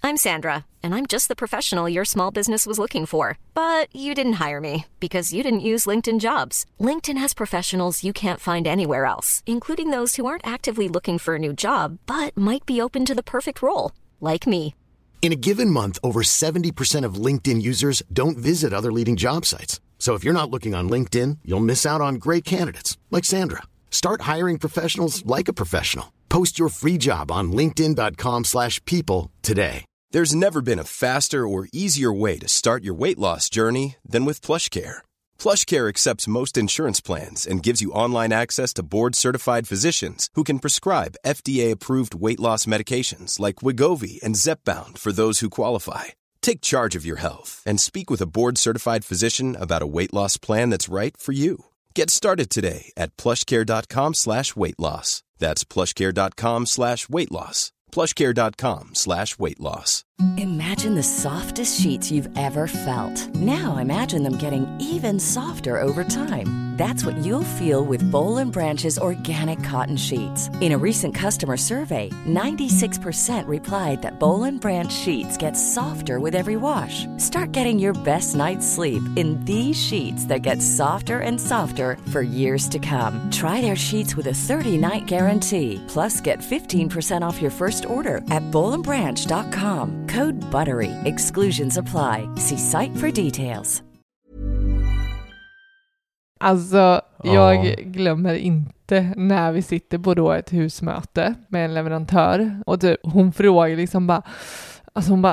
I'm Sandra, and I'm just the professional your small business was looking for. But you didn't hire me because you didn't use LinkedIn Jobs. LinkedIn has professionals you can't find anywhere else, including those who aren't actively looking for a new job, but might be open to the perfect role, like me. In a given month, over 70% of LinkedIn users don't visit other leading job sites. So if you're not looking on LinkedIn, you'll miss out on great candidates like Sandra. Start hiring professionals like a professional. Post your free job on linkedin.com/people today. There's never been a faster or easier way to start your weight loss journey than with PlushCare. PlushCare accepts most insurance plans and gives you online access to board-certified physicians who can prescribe FDA-approved weight loss medications like Wegovy and Zepbound for those who qualify. Take charge of your health and speak with a board-certified physician about a weight loss plan that's right for you. Get started today at plushcare.com/weightloss. That's plushcare.com/weightloss. plushcare.com/weightloss. Imagine the softest sheets you've ever felt. Now imagine them getting even softer over time. That's what you'll feel with Boll & Branch's organic cotton sheets. In a recent customer survey, 96% replied that Boll & Branch sheets get softer with every wash. Start getting your best night's sleep in these sheets that get softer and softer for years to come. Try their sheets with a 30-night guarantee. Plus, get 15% off your first order at bollandbranch.com. Code BUTTERY. Exclusions apply. See site for details. Alltså, jag glömmer inte när vi sitter på då ett husmöte med en leverantör och typ, hon frågar liksom bara, alltså hon bara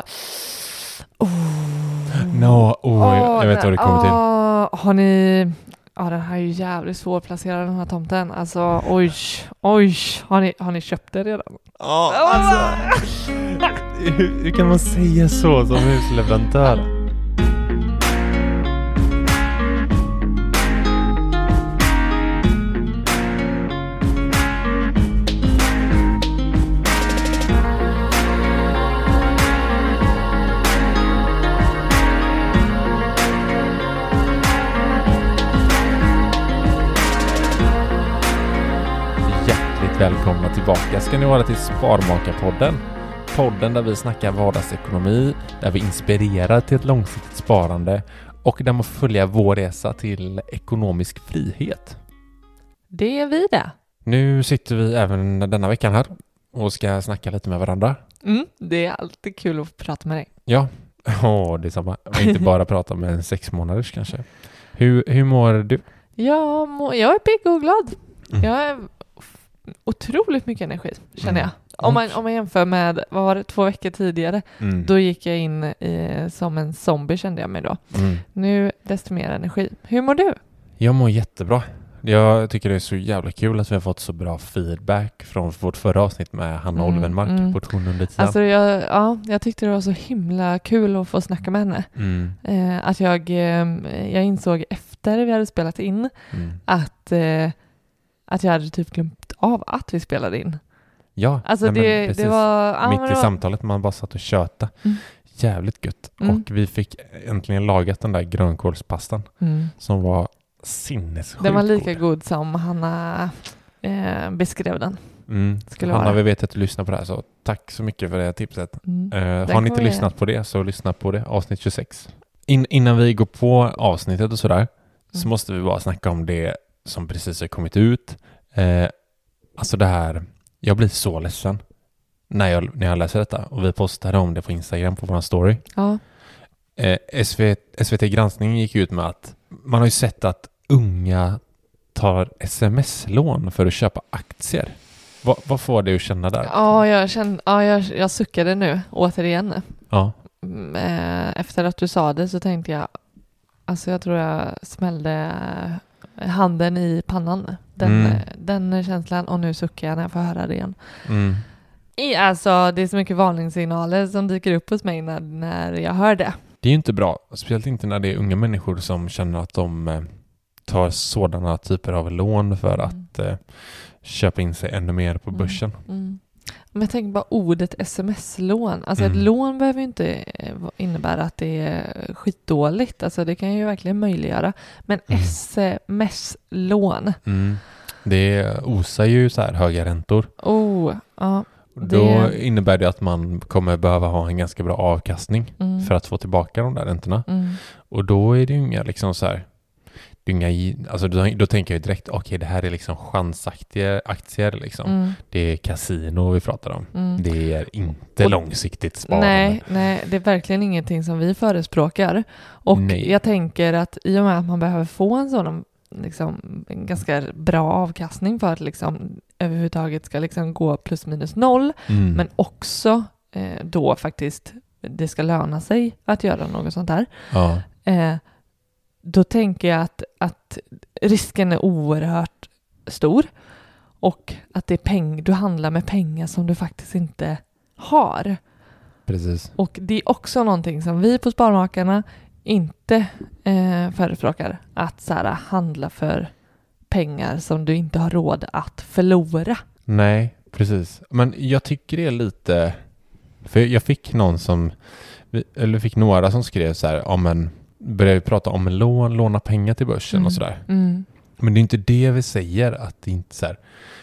jag vet vad det kommer till. Har ni, den här är ju jävligt svårplacerad, den här tomten. Alltså, oj, har ni köpt det redan? Alltså, hur kan man säga så som husleverantör? Välkomna tillbaka ska ni vara till Sparmakarpodden. Podden där vi snackar vardagsekonomi, där vi inspirerar till ett långsiktigt sparande och där man får följa vår resa till ekonomisk frihet. Det är vi det. Nu sitter vi även denna veckan här och ska snacka lite med varandra. Det är alltid kul att prata med dig. Ja, det är samma. Och inte bara prata med en 6 månaders kanske. Hur mår du? Jag är pigg och glad. Jag är otroligt mycket energi, känner jag. Om man jämför med, vad var det, 2 veckor tidigare, då gick jag in som en zombie, kände jag mig då. Nu desto mer energi. Hur mår du? Jag mår jättebra. Jag tycker det är så jävla kul att vi har fått så bra feedback från vårt förra avsnitt med Hanna Olvenmark, portion under tiden. Alltså jag tyckte det var så himla kul att få snacka med henne. Att jag insåg efter vi hade spelat in att jag hade typ glömt av att vi spelade in. Ja, alltså det var mitt i samtalet man bara satt och köta. Jävligt gött. Och vi fick äntligen lagat den där grönkålspastan som var sinnessjukt. Den var lika god som Hanna beskrev den. Hanna, vi vet att du lyssnar på det här, så tack så mycket för det här tipset. Har ni inte lyssnat på det, så lyssna på det, avsnitt 26. Innan vi går på avsnittet och sådär, så måste vi bara snacka om det som precis har kommit ut. Alltså det här, jag blir så ledsen när jag läser detta, och vi postade om det på Instagram på vår story. Ja. SVT Granskning gick ut med att man har ju sett att unga tar sms-lån för att köpa aktier. Vad får det att känna där? Jag suckade nu återigen. Ja. Efter att du sa det så tänkte jag, alltså jag tror jag smällde handen i pannan. Den känslan, och nu suckar jag när jag får höra det igen. Alltså det är så mycket varningssignaler som dyker upp hos mig när jag hör det. Det är ju inte bra, speciellt inte när det är unga människor som känner att de tar sådana typer av lån för att köpa in sig ännu mer på börsen. Men jag tänker bara ordet sms-lån. Alltså ett lån behöver ju inte innebära att det är skitdåligt. Alltså det kan ju verkligen möjliggöra. Men sms-lån. Det osar ju så här höga räntor. Ja. Då innebär det att man kommer behöva ha en ganska bra avkastning för att få tillbaka de där räntorna. Och då är det ju inga liksom så här, alltså då tänker jag direkt, okej, det här är liksom chansaktier liksom. Det är kasino vi pratar om. Det är inte långsiktigt sparande. Nej, det är verkligen ingenting som vi förespråkar. Och jag tänker att i och med att man behöver få en sådan liksom, en ganska bra avkastning för att liksom överhuvudtaget ska liksom gå plus minus noll, men också då faktiskt det ska löna sig att göra något sånt där. Ja. Då tänker jag att risken är oerhört stor och att det är du handlar med pengar som du faktiskt inte har. Precis. Och det är också någonting som vi på Sparmakarna inte förespråkar, att så här, handla för pengar som du inte har råd att förlora. Nej, precis. Men jag tycker det är lite, för jag fick några som skrev så här, började prata om låna pengar till börsen och sådär. Men det är inte det vi säger, att det inte så här,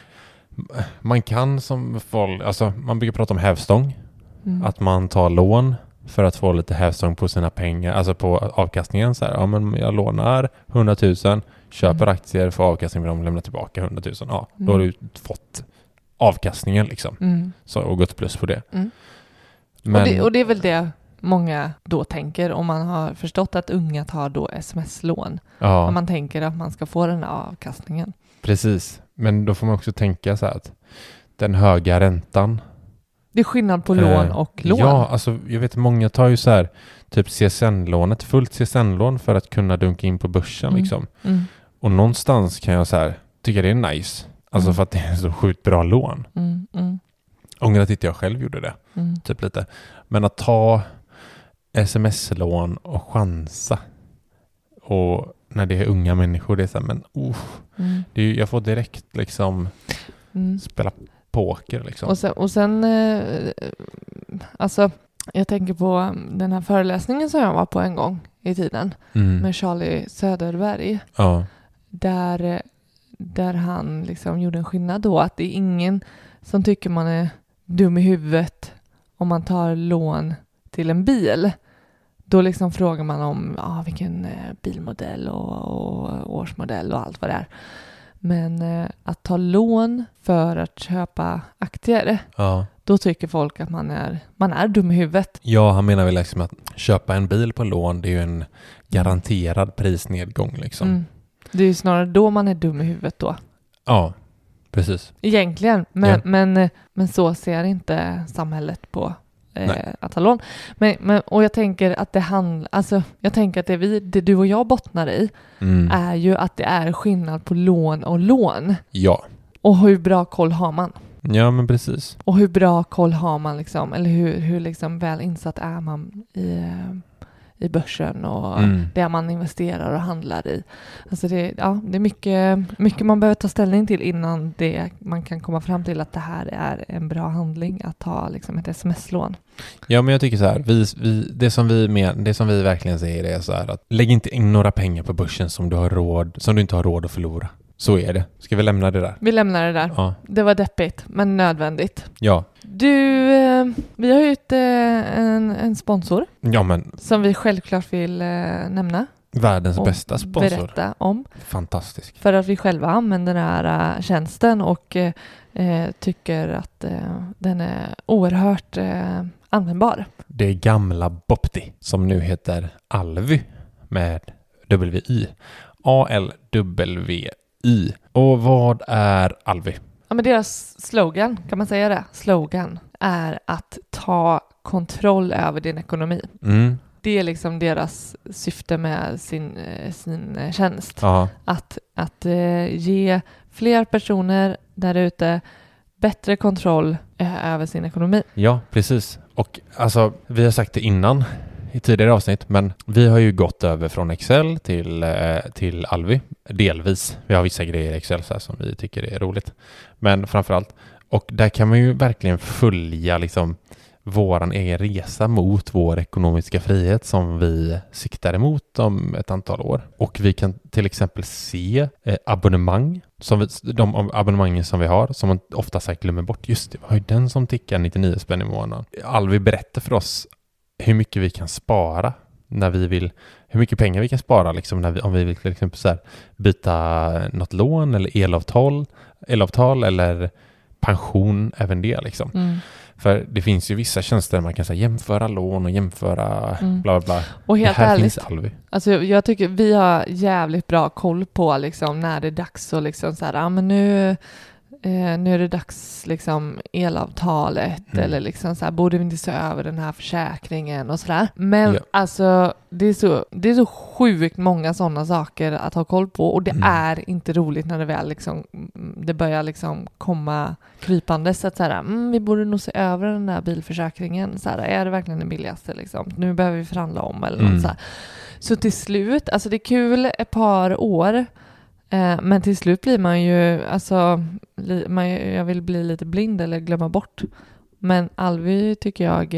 man kan som folk, alltså man brukar prata om hävstång, att man tar lån för att få lite hävstång på sina pengar, alltså på avkastningen så här, men jag lånar 100 000, köper aktier, får avkastning, de lämnar tillbaka 100 000. Då har du fått avkastningen liksom. Och gått plus på det. Men, och det är väl det många då tänker, om man har förstått att unga tar då sms-lån. Ja. Om man tänker att man ska få den här avkastningen. Precis, men då får man också tänka så här att den höga räntan. Det är skillnad på lån och lån. Ja, alltså jag vet många tar ju så här typ CSN-lånet, fullt CSN-lån för att kunna dunka in på börsen liksom. Och någonstans kan jag så här tycka det är nice. Alltså för att det är så sjukt bra lån. Ångrar att inte jag själv gjorde det. Typ lite. Men att ta sms-lån och chansa. Och när det är unga människor, det är så här, men det är, jag får direkt liksom spela poker liksom. Och sen alltså jag tänker på den här föreläsningen som jag var på en gång i tiden med Charlie Söderberg. Ja. Där han liksom gjorde en skillnad då, att det är ingen som tycker man är dum i huvudet om man tar lån till en bil. Då liksom frågar man om vilken bilmodell och årsmodell och allt vad det är. Men att ta lån för att köpa aktier, då tycker folk att man är dum i huvudet. Ja, han menar väl liksom att köpa en bil på lån, det är ju en garanterad prisnedgång liksom. Det är ju snarare då man är dum i huvudet då. Ja, precis. Egentligen, men så ser inte samhället på att ha lån. Och jag tänker att det du och jag bottnar i är ju att det är skillnad på lån och lån. Ja. Och hur bra koll har man? Ja, men precis. Och hur bra koll har man liksom, eller hur liksom väl insatt är man i börsen och det man investerar och handlar i. Alltså det är mycket man behöver ta ställning till innan man kan komma fram till att det här är en bra handling att ta liksom ett sms-lån. Ja, men jag tycker så här, det som vi verkligen säger är så här att lägg inte in några pengar på börsen som du inte har råd att förlora. Så är det. Ska vi lämna det där? Vi lämnar det där. Ja. Det var deppigt, men nödvändigt. Ja. Vi har ju en sponsor. Ja, men som vi självklart vill nämna. Världens bästa sponsor. Berätta om. Fantastisk. För att vi själva använder den här tjänsten och tycker att den är oerhört användbar. Det är gamla Bopti som nu heter Alvy med WY. ALWY. Och vad är Alvy? Ja, men deras slogan, kan man säga det? Slogan är att ta kontroll över din ekonomi. Det är liksom deras syfte med sin tjänst. Aha. Att ge fler personer där ute bättre kontroll över sin ekonomi. Ja, precis. Och alltså, vi har sagt det innan i tidigare avsnitt, men vi har ju gått över från Excel till Alvy, delvis. Vi har vissa grejer i Excel så här, som vi tycker är roligt. Men framförallt, och där kan man ju verkligen följa liksom våran egen resa mot vår ekonomiska frihet som vi siktar emot om ett antal år. Och vi kan till exempel se abonnemang, de abonnemangen som vi har, som man ofta sagt glömmer bort. Just det, vi har ju den som tickar 99 spänn i månaden. Alvi berättar för oss hur mycket vi kan spara när vi vill, hur mycket pengar vi kan spara liksom när om vi vill till exempel så här, byta något lån eller elavtal eller pension, även det liksom. För det finns ju vissa tjänster där man kan säga jämföra lån och jämföra bla bla bla. Och helt det här ärligt, finns Alvi. Alltså jag tycker vi har jävligt bra koll på liksom när det är dags och liksom så här, men nu är det dags liksom elavtalet eller liksom så här, borde vi inte se över den här försäkringen och sådär. Men alltså det är så sjukt många sådana saker att ha koll på, och det är inte roligt när det väl liksom det börjar liksom komma krypande så att så här, vi borde nog se över den där bilförsäkringen, så här, är det verkligen den billigaste liksom? Nu behöver vi förhandla om eller något så här. Så till slut, alltså det är kul ett par år. Men till slut blir man ju, alltså, jag vill bli lite blind eller glömma bort. Men Alvi tycker jag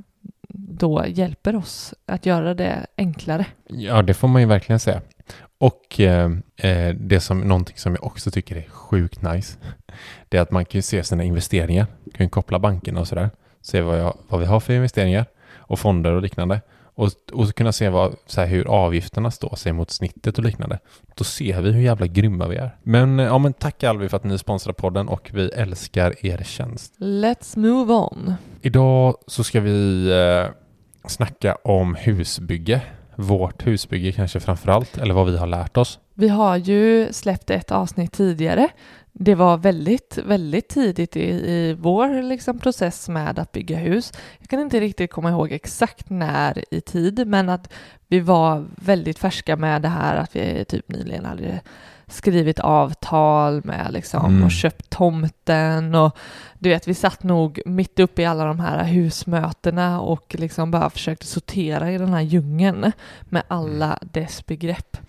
då hjälper oss att göra det enklare. Ja, det får man ju verkligen säga. Och det som någonting som jag också tycker är sjukt nice, det är att man kan ju se sina investeringar. Man kan ju koppla bankerna och sådär. Se vad vi har för investeringar och fonder och liknande. Och kunna se hur avgifterna står sig mot snittet och liknande. Då ser vi hur jävla grymma vi är. Men tack Alvi för att ni sponsrar podden och vi älskar er tjänst. Let's move on. Idag så ska vi snacka om husbygge. Vårt husbygge kanske framförallt, eller vad vi har lärt oss. Vi har ju släppt ett avsnitt tidigare. Det var väldigt, väldigt tidigt i vår liksom process med att bygga hus. Jag kan inte riktigt komma ihåg exakt när i tid, men att vi var väldigt färska med det här att vi typ nyligen hade skrivit avtal med liksom och köpt tomten, och du vet, vi satt nog mitt uppe i alla de här husmötena och liksom bara försökte sortera i den här djungeln med alla dess begrepp.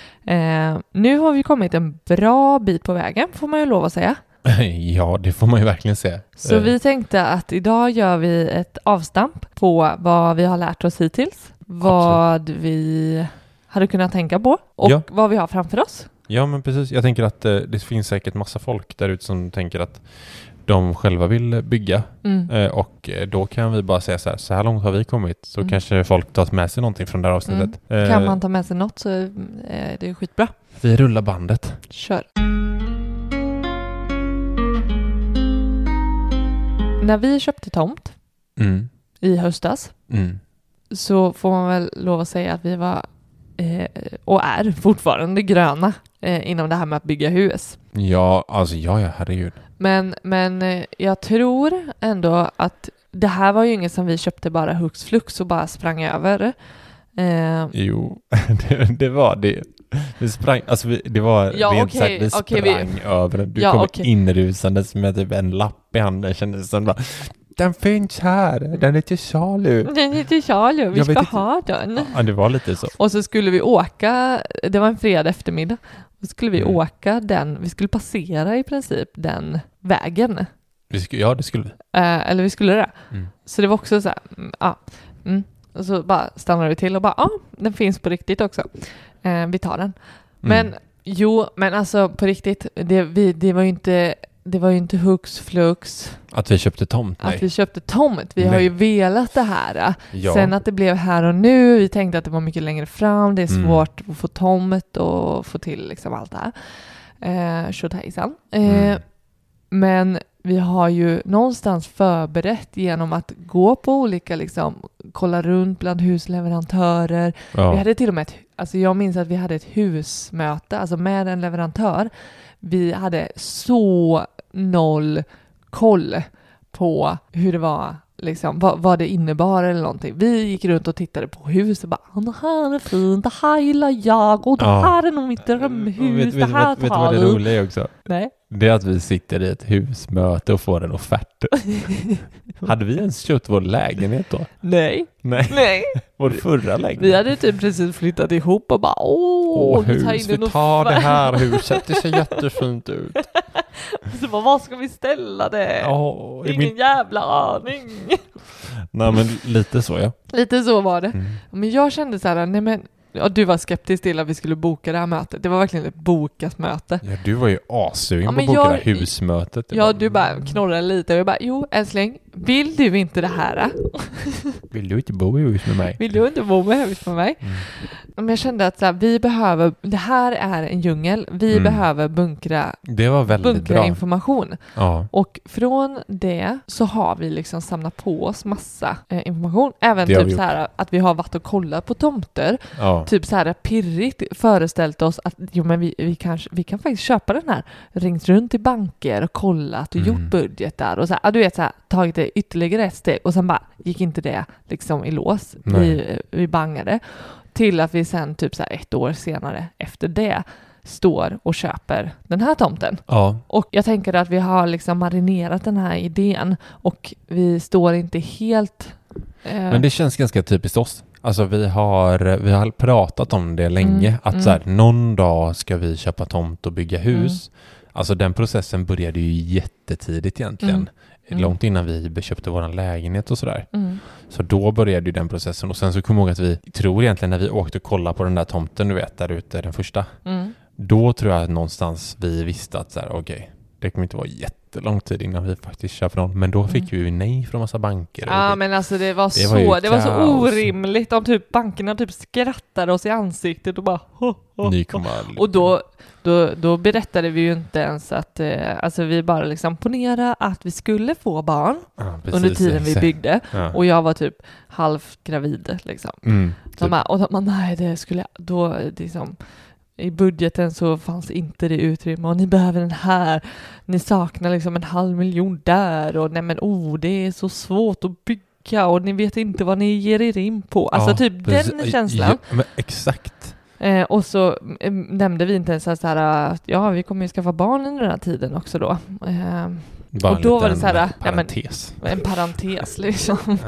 Nu har vi kommit en bra bit på vägen, får man ju lov att säga. Ja, det får man ju verkligen säga. Så vi tänkte att idag gör vi ett avstamp på vad vi har lärt oss hittills, vad vi hade kunnat tänka på och vad vi har framför oss. Ja, men precis. Jag tänker att det finns säkert massa folk där ute som tänker att de själva vill bygga. Och då kan vi bara säga så här långt har vi kommit. Så kanske folk tar med sig någonting från det här avsnittet. Kan man ta med sig något så är det skitbra. Vi rullar bandet. Kör. När vi köpte tomt i höstas så får man väl lov att säga att vi var och är fortfarande gröna inom det här med att bygga hus. Ja, alltså herregud. Men jag tror ändå att det här var ju inget som vi köpte bara hux flux och bara sprang över. Jo, det var det. Vi sprang, alltså det var rent sagt, vi sprang över. Du kom inrusandes med typ en lapp i handen, kändes som bara, den finns här, den är till salu. Den är till salu, vi ska ha den. Ja, det var lite så. Och så skulle vi åka, det var en fredag eftermiddag, och skulle vi åka vi skulle passera i princip den vägen. Ja, det skulle vi. Eller vi skulle det. Så det var också så här, och så bara stannade vi till och bara, den finns på riktigt också. Vi tar den. Men alltså på riktigt, det var ju inte hux flux att vi köpte tomt. Nej. Att vi köpte tomt. Vi har ju velat det här. Ja. Sen att det blev här och nu. Vi tänkte att det var mycket längre fram. Det är svårt att få tomt och få till liksom allt det här. Tjotthejsan. Men vi har ju någonstans förberett genom att gå på olika liksom, kolla runt bland husleverantörer. Ja. Vi hade till och med jag minns att vi hade ett husmöte alltså med en leverantör. Vi hade så noll koll på hur det var, liksom, vad det innebar eller någonting. Vi gick runt och tittade på hus och bara, det här är fint, det här gillar jag och det här är nog mitt drömhus. Vet du vad det roliga är också? Nej. det är att vi sitter i ett husmöte och får en offert. Hade vi ens köpt vår lägenhet då? Nej. Vår förra lägenhet. Vi hade typ precis flyttat ihop och bara vi tar det här huset. Det ser jättefint ut. Så bara, var ska vi ställa det? Ingen jävla aning. Nej, men lite så, ja. Lite så var det. Men jag kände så här, nej men du var skeptisk till att vi skulle boka det här mötet. Det var verkligen ett bokat möte. Ja, du var ju assugen på att boka det här husmötet. Ja, du bara knorrade lite och jag bara, jo älskling, vill du inte det här? Vill du inte bo i hus med mig? Vill du inte bo i hus med mig? Men jag kände att så här, vi behöver, det här är en djungel. Vi behöver bunkra information. Ja. Och från det så har vi liksom samlat på oss massa information. Även typ så här att vi har varit och kollat på tomter. Ja. Typ så här pirrigt föreställt oss att men vi kan faktiskt köpa den här. Ringt runt i banker och kollat och gjort budget där. Och så här, du vet så här, tagit det ytterligare ett steg och sen bara gick inte det liksom i lås. Vi bangade. Till att vi sen typ så här 1 år senare efter det står och köper den här tomten. Ja. Och jag tänker att vi har liksom marinerat den här idén och vi står inte helt... Men det känns ganska typiskt oss. Alltså vi har pratat om det länge. Att så här, någon dag ska vi köpa tomt och bygga hus. Alltså den processen började ju jättetidigt egentligen. Långt innan vi köpte vår lägenhet och sådär. Så då började ju den processen. Och sen så kommer jag ihåg att vi tror egentligen när vi åkte och kollade på den där tomten, du vet, där ute, den första. Då tror jag att någonstans vi visste att så här, okej, det kommer inte vara jättelång tid innan vi faktiskt köper någon. Men då fick vi ju nej från massa banker. Ja, men alltså det var så orimligt. De typ, bankerna typ skrattade oss i ansiktet och bara och då berättade vi ju inte ens att alltså vi bara liksom ponerade att vi skulle få barn under tiden vi byggde. Och jag var typ halvt gravid liksom. Typ. Och man, nej, det skulle då liksom... I budgeten så fanns inte det utrymme och ni behöver den här. Ni saknar liksom 500 000 där och nej men det är så svårt att bygga och ni vet inte vad ni ger er in på. Alltså typ den känslan. Ja, men exakt. Och så nämnde vi inte ens så här att vi kommer ju skaffa barn under den här tiden också då. Och då var det så här parentes. En parentes liksom.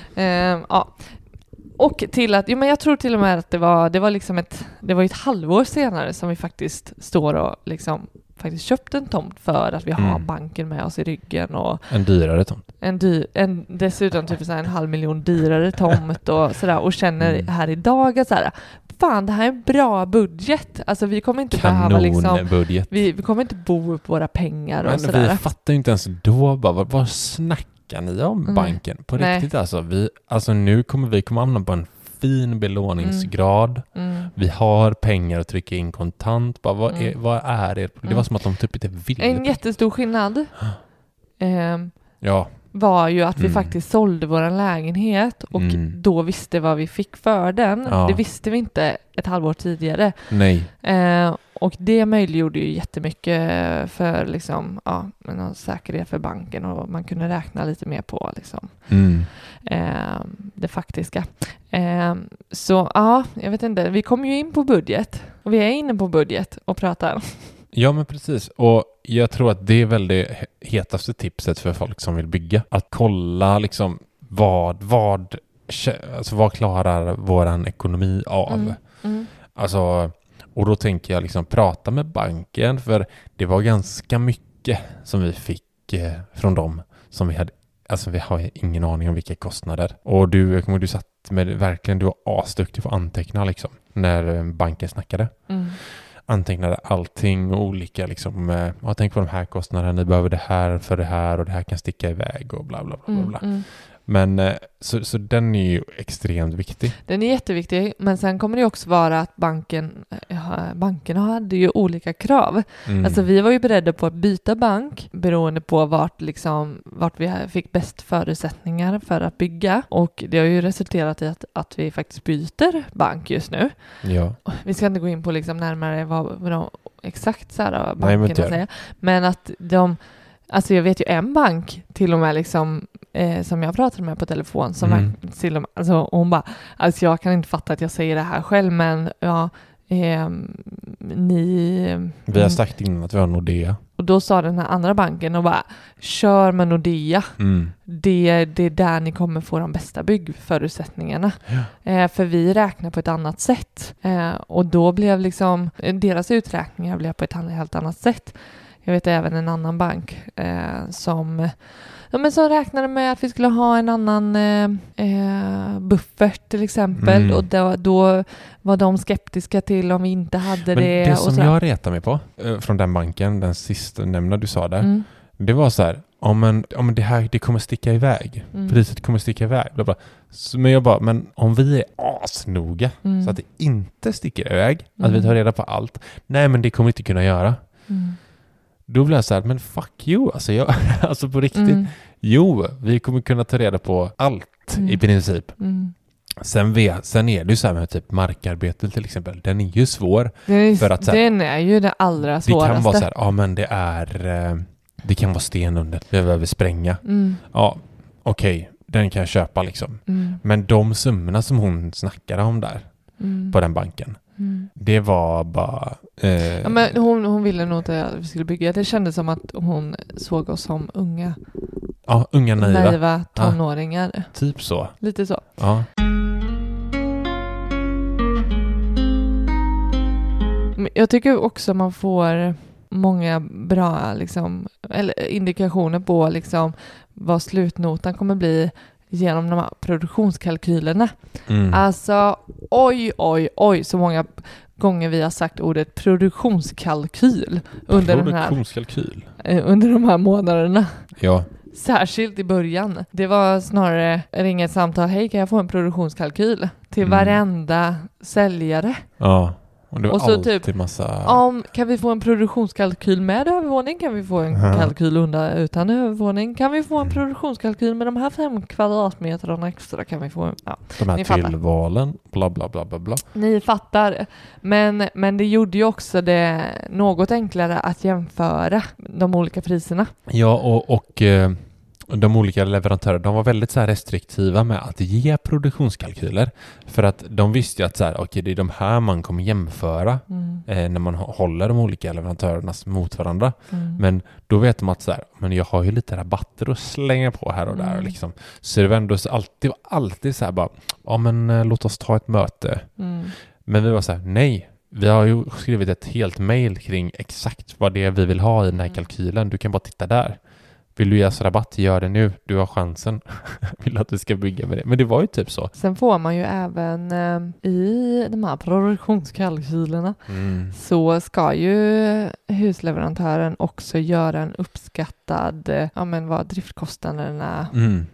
Och till att, men jag tror till och med att det var liksom ett halvår senare som vi faktiskt står och liksom faktiskt köpt en tomt för att vi har banken med oss i ryggen. Och en dyrare tomt. Dessutom typ så här 500 000 dyrare tomt och sådär. Och känner här idag att så här, fan, det här är en bra budget. Alltså vi kommer inte behöva liksom... Vi kommer inte bo upp våra pengar och sådär. Men vi fattar ju inte ens då bara, vad snackar ni om banken? På riktigt alltså. Nu kommer vi hamna på en fin belåningsgrad. Vi har pengar att trycka in kontant. Bara, vad är det? Det var som att de typ inte ville. En jättestor skillnad var ju att vi faktiskt sålde vår lägenhet och då visste vad vi fick för den. Det visste vi inte ett halvår tidigare. Nej. Och det möjliggjorde ju jättemycket för liksom, en säkerhet för banken och man kunde räkna lite mer på liksom, det faktiska. Så jag vet inte, vi kom ju in på budget och vi är inne på budget och pratar. Ja, men precis. Och jag tror att det är väl det hetaste tipset för folk som vill bygga. Att kolla liksom vad klarar våran ekonomi av? Alltså, och då tänker jag liksom prata med banken, för det var ganska mycket som vi fick från dem som vi hade. Alltså vi har ingen aning om vilka kostnader. Och du satt med verkligen, du var asduktig på att anteckna liksom när banken snackade. Antecknade allting och olika liksom, tänk på de här kostnaderna, ni behöver det här för det här och det här kan sticka iväg och bla bla bla bla. Men så den är ju extremt viktig. Den är jätteviktig, men sen kommer det också vara att bankerna hade ju olika krav. Alltså vi var ju beredda på att byta bank beroende på vart vi fick bäst förutsättningar för att bygga. Och det har ju resulterat i att vi faktiskt byter bank just nu. Ja. Vi ska inte gå in på liksom närmare vad de exakt så här bankerna säger. Men att alltså jag vet ju en bank till och med liksom som jag pratade med på telefon som till och med, alltså, och hon bara, alltså jag kan inte fatta att jag säger det här själv, men vi har sagt innan att vi har Nordea. Och då sa den här andra banken och bara, kör med Nordea. Det är där ni kommer få de bästa byggförutsättningarna. För vi räknar på ett annat sätt. Och då blev liksom, deras uträkningar blev på ett helt annat sätt. Jag vet även en annan bank som räknade med att vi skulle ha en annan buffert till exempel. Och då var de skeptiska till om vi inte hade det. Det och som så. jag retar mig på från den banken, den sista nämna du sa där, det var så här, men det kommer sticka iväg. Priset kommer sticka iväg. Bla bla. Men om vi är asnoga så att det inte sticker iväg, att vi tar reda på allt. Nej, men det kommer vi inte kunna göra. Då blir jag så här, men fuck you. Alltså på riktigt. Jo, vi kommer kunna ta reda på allt i princip. Sen är det ju så här med typ markarbete till exempel. Den är ju svår. För att, så här, den är ju det allra svåraste. Det kan vara så här, men det kan vara sten under. Vi behöver spränga. Ja, okej. Den kan jag köpa liksom. Men de summorna som hon snackade om där på den banken, det var bara... men hon ville nog inte att vi skulle bygga. Det kändes som att hon såg oss som unga. Ja, unga naiva tonåringar. Ja, typ så. Lite så. Ja. Jag tycker också man får många bra liksom, eller indikationer på liksom, vad slutnotan kommer bli genom de här produktionskalkylerna. Alltså, oj, så många gånger vi har sagt ordet produktionskalkyl under de här månaderna. Ja. Särskilt i början. Det var snarare ringa ett samtal. Hej, kan jag få en produktionskalkyl? Till varenda säljare. Ja. Och det var alltid typ, massa... kan vi få en produktionskalkyl med övervåning? Kan vi få en kalkyl utan övervåning? Kan vi få en produktionskalkyl med de här 5 kvadratmetrarna extra? Kan vi få en... Ja, de här tillvalen, bla bla bla bla bla. Ni fattar. Men det gjorde ju också det något enklare att jämföra de olika priserna. Ja, och de olika leverantörerna, de var väldigt så här restriktiva med att ge produktionskalkyler. För att de visste ju att så här, okej, det är de här man kommer jämföra när man håller de olika leverantörernas mot varandra. Men då vet de att så här, men jag har ju lite rabatter att slänga på här och där. Liksom. Så det var ändå alltid så här bara, låt oss ta ett möte. Men vi var så här, nej. Vi har ju skrivit ett helt mejl kring exakt vad det är vi vill ha i den här kalkylen. Du kan bara titta där. Vill du ge oss rabatt? Gör det nu. Du har chansen. Vill att du ska bygga med det. Men det var ju typ så. Sen får man ju även i de här produktionskalkylerna så ska ju husleverantören också göra en uppskattad vad driftkostnaderna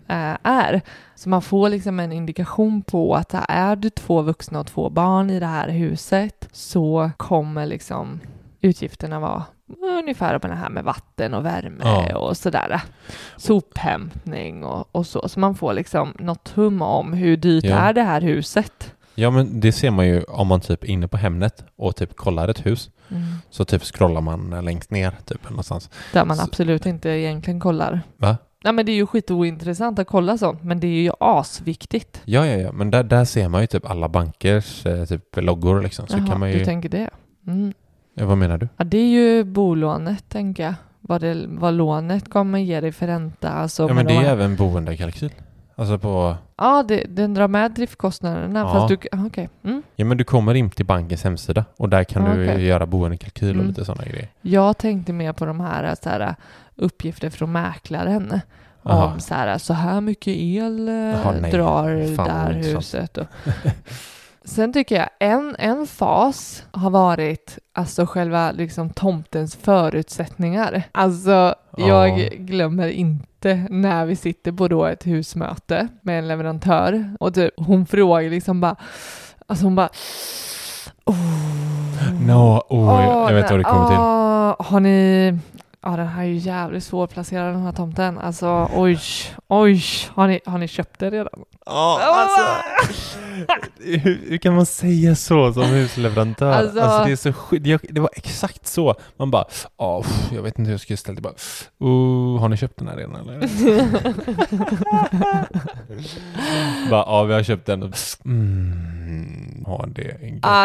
är. Så man får liksom en indikation på att är du 2 vuxna och 2 barn i det här huset så kommer liksom utgifterna vara ungefär på det här med vatten och värme och sådär. Sophämtning och så. Så man får liksom något hum om hur dyrt är det här huset. Ja, men det ser man ju om man typ är inne på Hemnet och typ kollar ett hus. Så typ scrollar man längst ner typ någonstans. Där man absolut inte egentligen kollar. Va? Ja, men det är ju skitointressant att kolla sånt, men det är ju asviktigt. Ja, men där ser man ju typ alla bankers typ loggor liksom. Så kan man ju... du tänker det? Ja, vad menar du? Ja, det är ju bolånet, tänker jag. Vad lånet kommer ge dig för ränta. Alltså, ja, men det är även boendekalkyl. Alltså på... Ja, den drar med driftkostnaderna. Ja. Fast okej. Ja, men du kommer in till bankens hemsida och där kan du göra boendekalkyl och lite sådana grejer. Jag tänkte mer på de här, uppgifter från mäklaren. Om så här mycket el drar där huset. Sen tycker jag en fas har varit alltså själva liksom tomtens förutsättninningar. Alltså jag glömmer inte när vi sitter på då ett husmöte med en leverantör och typ, hon frågar liksom bara, alltså hon bara jag vet vad det kommer till. Har ni... Ja, den här är ju jävligt svårplacerad, den här tomten. Alltså, oj. Har ni köpt det redan? Ja, alltså. Hur kan man säga så som husleverantör? Alltså det är så det var exakt så. Man bara, jag vet inte hur jag ska ställa det. Bara, har ni köpt den här redan eller? Bara, vi har köpt den. Har det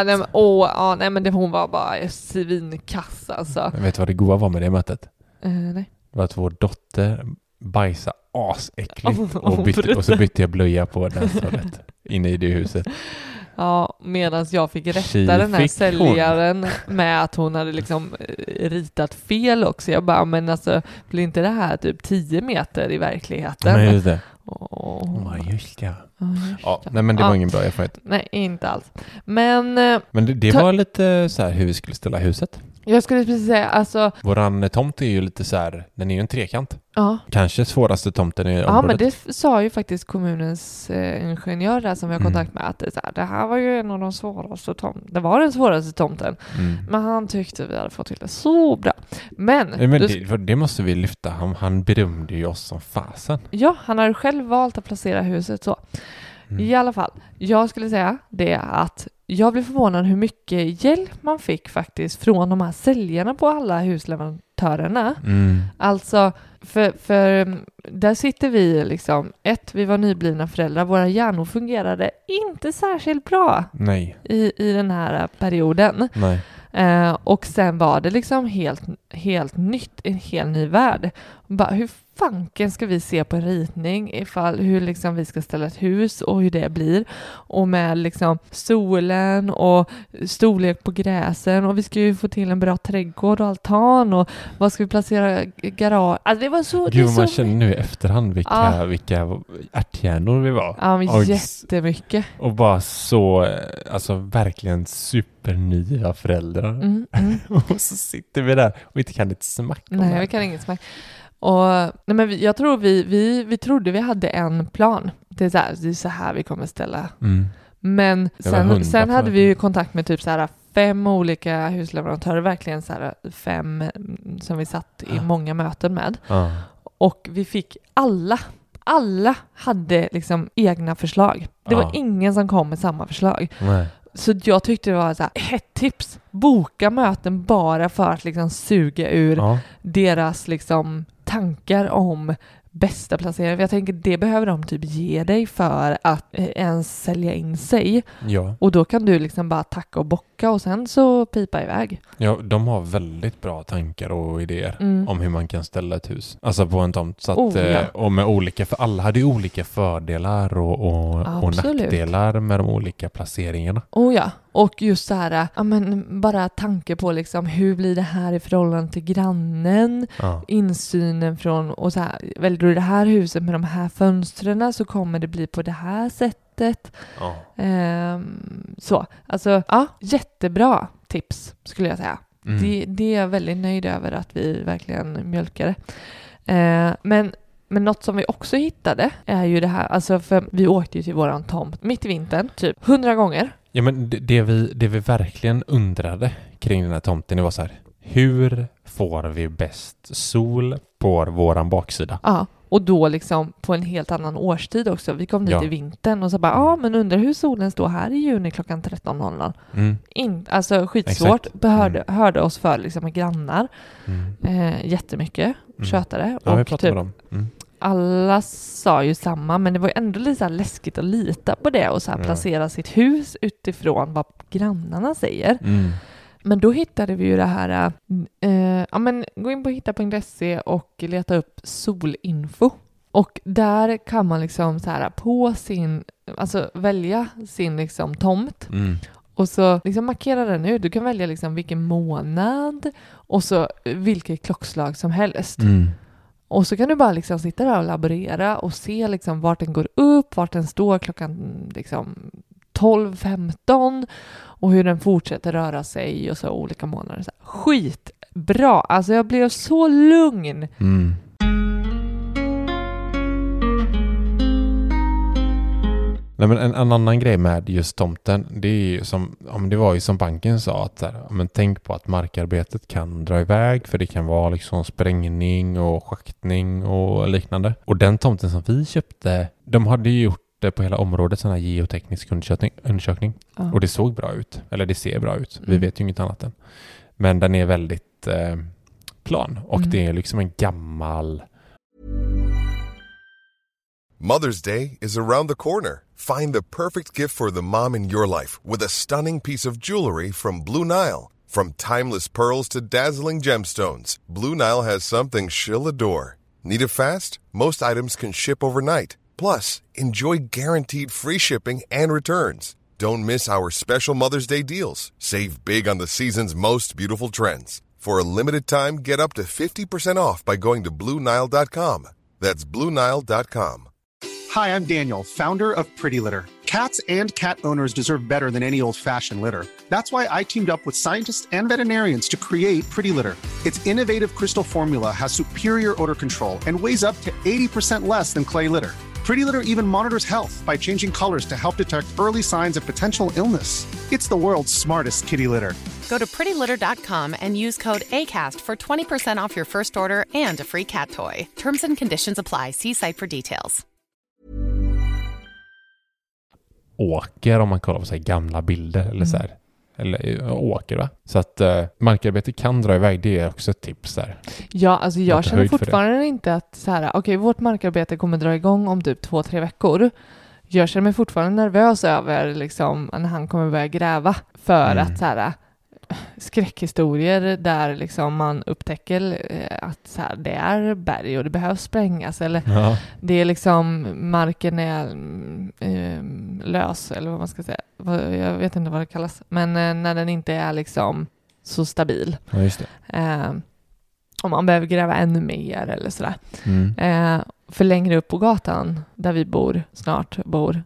nej men hon var bara svinkass alltså. Jag vet vad det goda var med det mötet? Nej. Det var att vår dotter bajsa asäckligt och så bytte jag blöja på den stället inne i det huset. Ja, medan jag fick rätta den här säljaren med att hon hade liksom ritat fel också. Jag bara, men alltså blir inte det här typ 10 meter i verkligheten? Nej, just det. Just det. Nej, men det var ingen bra erfarenhet. Nej, inte alls. Men det var lite så här hur vi skulle ställa huset. Jag skulle precis säga, alltså... Våran tomt är ju lite så här, den är ju en trekant. Ja. Kanske svåraste tomten i området. Ja, men det sa ju faktiskt kommunens ingenjör där som vi har kontakt med, att det här var ju en av de svåraste tomten. Det var den svåraste tomten. Men han tyckte vi hade fått till det så bra. Men det måste vi lyfta. Han berömde ju oss som fasen. Ja, han har själv valt att placera huset så. I alla fall, jag skulle säga det att jag blev förvånad hur mycket hjälp man fick faktiskt från de här säljarna på alla husleverantörerna. Alltså, för där sitter vi liksom, vi var nyblivna föräldrar, våra hjärnor fungerade inte särskilt bra. Nej. I den här perioden. Nej. Och sen var det liksom helt nytt, en helt ny värld. Bara, hur fanken ska vi se på en ritning hur liksom vi ska ställa ett hus och hur det blir, och med liksom solen och storlek på gräsen, och vi ska ju få till en bra trädgård och altan, och vad ska vi placera garage. Alltså det var så... Gud, man känner nu i efterhand vilka ärthjärnor vi var. Ja, jättemycket. Och bara så, alltså verkligen supernya föräldrar. Och så sitter vi där och inte kan ett smack. Nej, vi kan inget smack. Och men jag tror vi trodde vi hade en plan. Det är så här vi kommer ställa. Men sen hade vi ju kontakt med typ så här 5 olika husleverantörer, verkligen så här 5 som vi satt i många möten med. Och vi fick alla hade liksom egna förslag. Det var ingen som kom med samma förslag. Nej. Så jag tyckte det var så här, ett tips, boka möten bara för att liksom suga ur deras liksom tankar om bästa placering. Jag tänker det behöver de typ ge dig för att ens sälja in sig. Ja. Och då kan du liksom bara tacka och bocka och sen så pipa iväg. Ja, de har väldigt bra tankar och idéer om hur man kan ställa ett hus. Alltså på en tomt. Så att, och med olika, för alla hade ju olika fördelar och nackdelar med de olika placeringarna. Och just så här, bara tanke på liksom, hur blir det här i förhållande till grannen, insynen från, och så här, väljer du det här huset med de här fönstren så kommer det bli på det här sättet. Så, alltså, jättebra tips skulle jag säga. Det är jag väldigt nöjd över att vi verkligen mjölkade. Men något som vi också hittade är ju det här, alltså för vi åkte ju till våran tomt mitt i vintern, typ 100 gånger. Ja, men det vi verkligen undrade kring den här tomten, det var så här, hur får vi bäst sol på våran baksida? Ja, och då liksom på en helt annan årstid också. Vi kom dit i vintern och så bara, men undrar hur solen står här i juni klockan 13.00. Alltså skitsvårt. Hörde oss för liksom med grannar. Jättemycket. Tjötade. Ja, vi pratade med dem. Alla sa ju samma, men det var ju ändå lite så här läskigt att lita på det och så här placera sitt hus utifrån vad grannarna säger. Men då hittade vi ju det här, gå in på hitta.se och leta upp solinfo. Och där kan man liksom så här på välja sin liksom tomt. Och så liksom markera den ut. Du kan välja liksom vilken månad och så vilket klockslag som helst. Och så kan du bara liksom sitta där och laborera och se liksom vart den går upp, vart den står klockan liksom 12-15 och hur den fortsätter röra sig och så olika månader. Så skitbra! Alltså jag blev så lugn. Nej, men en annan grej med just tomten, det är ju det var ju som banken sa, att tänk på att markarbetet kan dra iväg, för det kan vara liksom sprängning och schaktning och liknande. Och den tomten som vi köpte, de hade ju gjort på hela området sån här geoteknisk undersökning. Och det såg bra ut. Eller det ser bra ut. Vi vet ju inget annat än. Men den är väldigt plan. Och det är liksom en gammal... Mother's Day is around the corner. Find the perfect gift for the mom in your life with a stunning piece of jewelry from Blue Nile. From timeless pearls to dazzling gemstones, Blue Nile has something she'll adore. Need it fast? Most items can ship overnight. Plus, enjoy guaranteed free shipping and returns. Don't miss our special Mother's Day deals. Save big on the season's most beautiful trends. For a limited time, get up to 50% off by going to BlueNile.com. That's BlueNile.com. Hi, I'm Daniel, founder of Pretty Litter. Cats and cat owners deserve better than any old-fashioned litter. That's why I teamed up with scientists and veterinarians to create Pretty Litter. Its innovative crystal formula has superior odor control and weighs up to 80% less than clay litter. Pretty Litter even monitors health by changing colors to help detect early signs of potential illness. It's the world's smartest kitty litter. Go to prettylitter.com and use code ACAST for 20% off your first order and a free cat toy. Terms and conditions apply. See site for details. Åker om man kollar på så här gamla bilder eller så här. Eller åker, va? Så att markarbete kan dra iväg, det är också ett tips där. Ja, alltså jag känner fortfarande inte att så här, okej, vårt markarbete kommer dra igång om typ 2-3 veckor. Jag känner mig fortfarande nervös över liksom när han kommer börja gräva för att så här skräckhistorier där liksom man upptäcker att så här, det är berg och det behövs sprängas eller det är liksom marken är lös eller vad man ska säga. Jag vet inte vad det kallas. Men när den inte är liksom så stabil. Ja, just det. Om man behöver gräva ännu mer eller sådär. För längre upp på gatan där vi snart bor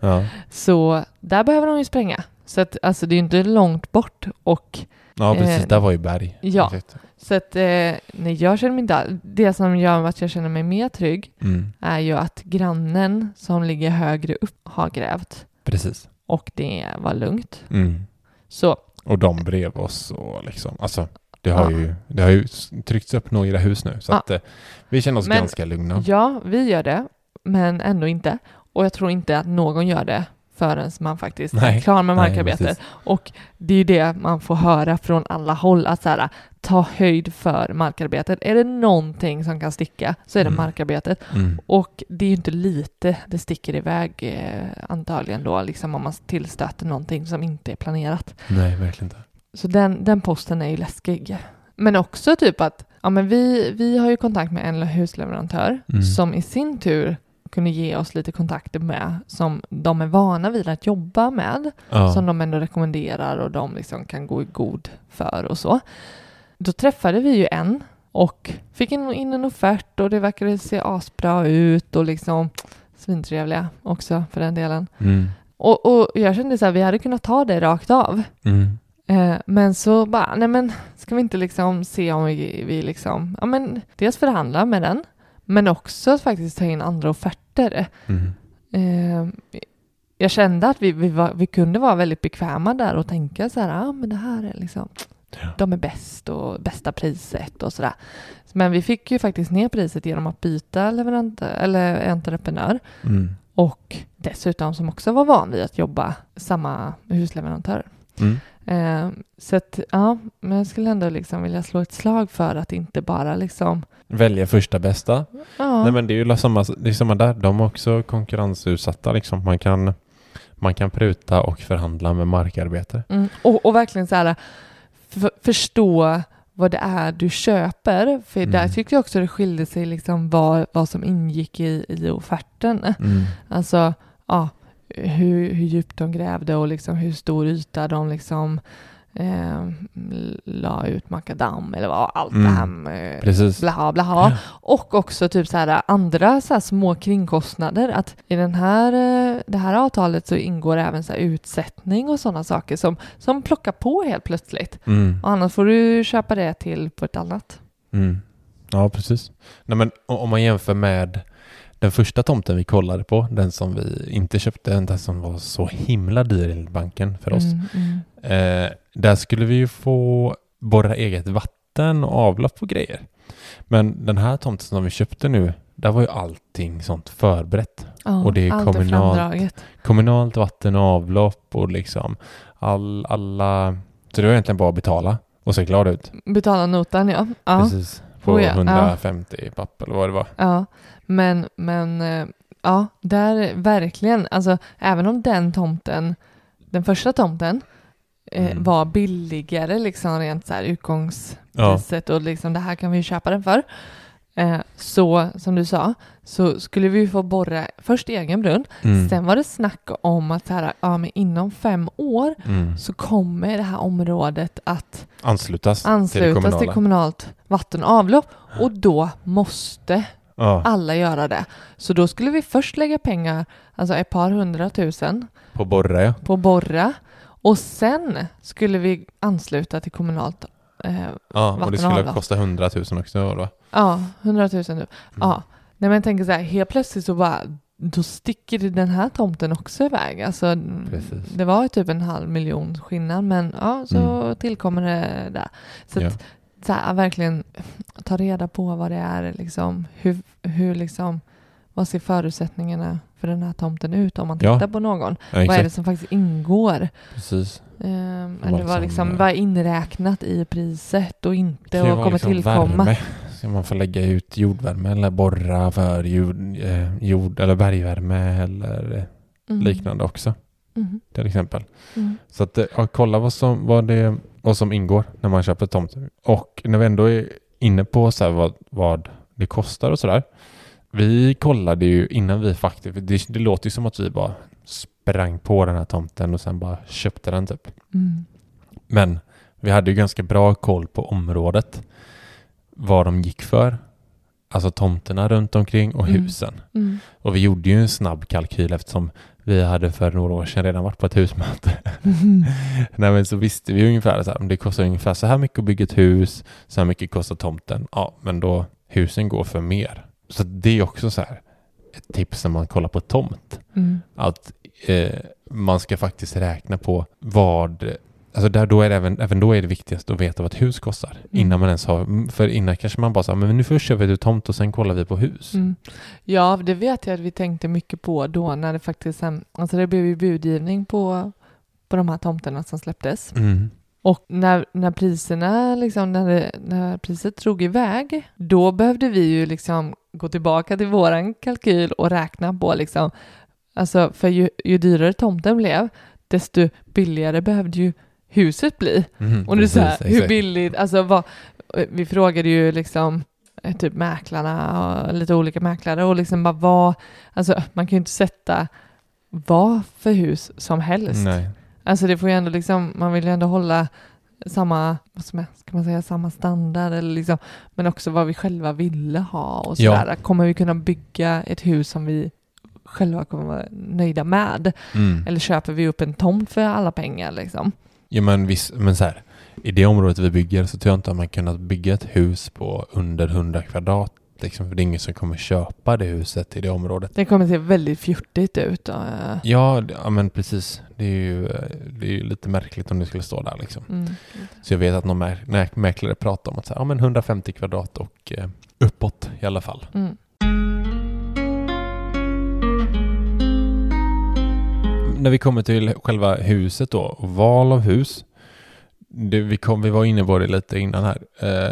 så där behöver de ju spränga. Så att, alltså det är ju inte långt bort och ja, precis. Där var ju berg. Ja, så att nej, jag känner mig inte... Det som gör att jag känner mig mer trygg är ju att grannen som ligger högre upp har grävt. Precis. Och det var lugnt. Så. Och de brev oss och liksom... Alltså, det har ju tryckts upp några hus nu. Så att vi känner oss ganska lugna. Ja, vi gör det. Men ändå inte. Och jag tror inte att någon gör det förrän man faktiskt är klar med markarbetet. Och det är ju det man får höra från alla håll, att så här, ta höjd för markarbetet. Är det någonting som kan sticka så är det markarbetet. Och det är ju inte lite det sticker iväg antagligen då, liksom om man tillstöter någonting som inte är planerat. Nej, verkligen inte. Så den posten är ju läskig. Men också typ att men vi har ju kontakt med en husleverantör som i sin tur kunde ge oss lite kontakter med som de är vana vid att jobba med, som de ändå rekommenderar och de liksom kan gå i god för och så. Då träffade vi ju en och fick in en offert och det verkade se asbra ut och liksom svintrevliga också för den delen. Och jag kände så här, vi hade kunnat ta det rakt av. Men så bara, nej men ska vi inte liksom se om vi liksom, dels förhandla med den, men också att faktiskt ta in andra offerter. Jag kände att vi kunde vara väldigt bekväma där och tänka så här, men det här är liksom, de är bäst och bästa priset och sådär. Men vi fick ju faktiskt ner priset genom att byta leverantör eller entreprenör. Och dessutom som också var van vid att jobba samma husleverantör. Så att, men jag skulle ändå liksom vilja slå ett slag för att inte bara liksom välja första bästa. Nej, men det är ju samma där. De är också konkurrensutsatta liksom. Man kan pruta och förhandla med markarbete. Och verkligen så här förstå vad det är du köper. För där tycker jag också det skilde sig liksom vad som ingick i offerten. Alltså, hur djupt de grävde och liksom hur stor yta de liksom la ut makadam eller vad allt det här blaha blaha. Och också typ så här andra så här små kringkostnader, att i det här avtalet så ingår även så här utsättning och sådana saker som plockar på helt plötsligt. Och annars får du köpa det till på ett annat. Ja, precis. Nej, men om man jämför med den första tomten vi kollade på, den som vi inte köpte, den som var så himla dyr i banken för oss. Där skulle vi ju få borra eget vatten och avlopp och grejer. Men den här tomten som vi köpte nu där var ju allting sånt förberett. Ja, och det är allt kommunalt vatten och avlopp och liksom alla... Så det var egentligen bara att betala och se glad ut. Betala notan, ja. Precis. På 150 papp eller vad det var. Ja, men ja, där verkligen, alltså även om den första tomten var billigare liksom rent så här utgångspriset och liksom det här kan vi köpa den för. Så som du sa så skulle vi få borra först egen brunn. Sen var det snack om att så här, men inom 5 år så kommer det här området att anslutas till kommunalt vatten och avlopp och då måste alla göra det. Så då skulle vi först lägga pengar, alltså ett par 100 000 på borra och sen skulle vi ansluta till kommunalt vatten och det skulle kosta 100 000 också då? Ja, 100 000 nu. Ja, nej, men jag tänker så här, helt plötsligt så bara, då sticker den här tomten också iväg. Alltså, det var ju typ 500 000 skillnad, men ja, så tillkommer det där. Så att, så här, verkligen ta reda på vad det är, liksom, hur liksom, vad ser förutsättningarna för den här tomten ut om man tittar på någon? Vad är det som faktiskt ingår? Precis. Eller vad är inräknat i priset och inte och kommer liksom tillkomma? Värme. Ska man få lägga ut jordvärme eller borra för jord eller bergvärme eller liknande också. Till exempel. Så att kolla vad som ingår när man köper tomt. Och när vi ändå är inne på så här vad det kostar och sådär. Vi kollade ju innan vi faktiskt, det låter ju som att vi bara sprang på den här tomten och sen bara köpte den typ. Men vi hade ju ganska bra koll på området. Vad de gick för. Alltså tomterna runt omkring och husen. Och vi gjorde ju en snabb kalkyl eftersom vi hade för några år sedan redan varit på ett husmöte. Nej, men så visste vi ungefär så här, om det kostar ungefär så här mycket att bygga ett hus, så här mycket kostar tomten. Ja, men då husen går för mer. Så det är också så här ett tips när man kollar på tomt. Att man ska faktiskt räkna på vad... Alltså då är det även då är det viktigast att veta vad ett hus kostar. Innan man ens har... För innan kanske man bara sa, men nu först köper vi ett tomt och sen kollar vi på hus. Ja, det vet jag att vi tänkte mycket på då när det faktiskt... Alltså det blev ju budgivning på de här tomterna som släpptes. Och när priserna liksom, när priset drog iväg, då behövde vi ju liksom gå tillbaka till våran kalkyl och räkna på liksom, alltså för ju dyrare tomten blev, desto billigare behövde ju huset bli. Och nu så här, hur billigt, alltså vi frågade ju liksom typ mäklarna och lite olika mäklare och liksom bara alltså man kan ju inte sätta vad för hus som helst. Nej. Alltså det får ju ändå liksom, man vill ju ändå hålla samma, ska man säga, samma standard eller liksom, men också vad vi själva ville ha och sådär. Ja. Kommer vi kunna bygga ett hus som vi själva kommer vara nöjda med? Eller köper vi upp en tomt för alla pengar liksom? Ja, men så här, i det området vi bygger så tror jag inte att man kunnat bygga ett hus på under 100 kvadrat. Liksom, för det är ingen som kommer köpa det huset i det området. Det kommer se väldigt fjortigt ut. Ja, men precis. Det är ju lite märkligt om det skulle stå där. Liksom. Så jag vet att någon mäklare pratar om att så här, men 150 kvadrat och uppåt i alla fall. När vi kommer till själva huset då, och val av hus. Vi var inne på det lite innan här.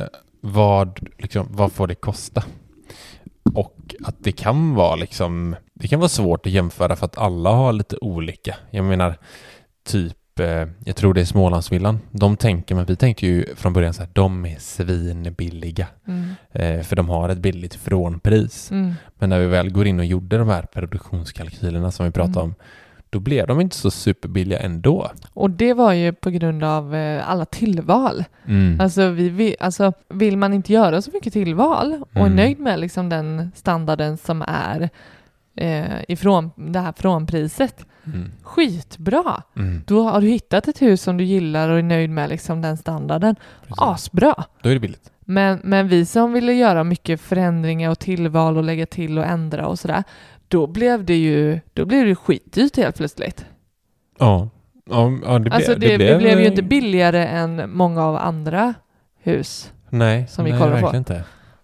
Vad får det kosta? Och att det kan vara svårt att jämföra för att alla har lite olika. Jag menar, typ, jag tror det är Smålandsvillan. Vi tänkte ju från början så här, de är svinbilliga. För de har ett billigt frånpris. Men när vi väl går in och gjorde de här produktionskalkylerna som vi pratade om, då blev de inte så superbilliga ändå. Och det var ju på grund av alla tillval. Alltså, vill man inte göra så mycket tillval och är nöjd med liksom den standarden som är ifrån det här frånpriset. Skitbra. Då har du hittat ett hus som du gillar och är nöjd med liksom den standarden. Asbra. Då är det billigt. Men vi som ville göra mycket förändringar och tillval och lägga till och ändra och sådär, då blev det ju skitdyrt helt plötsligt. Ja, det blev ju inte billigare än många av andra hus. Nej, som vi kollar på. Inte.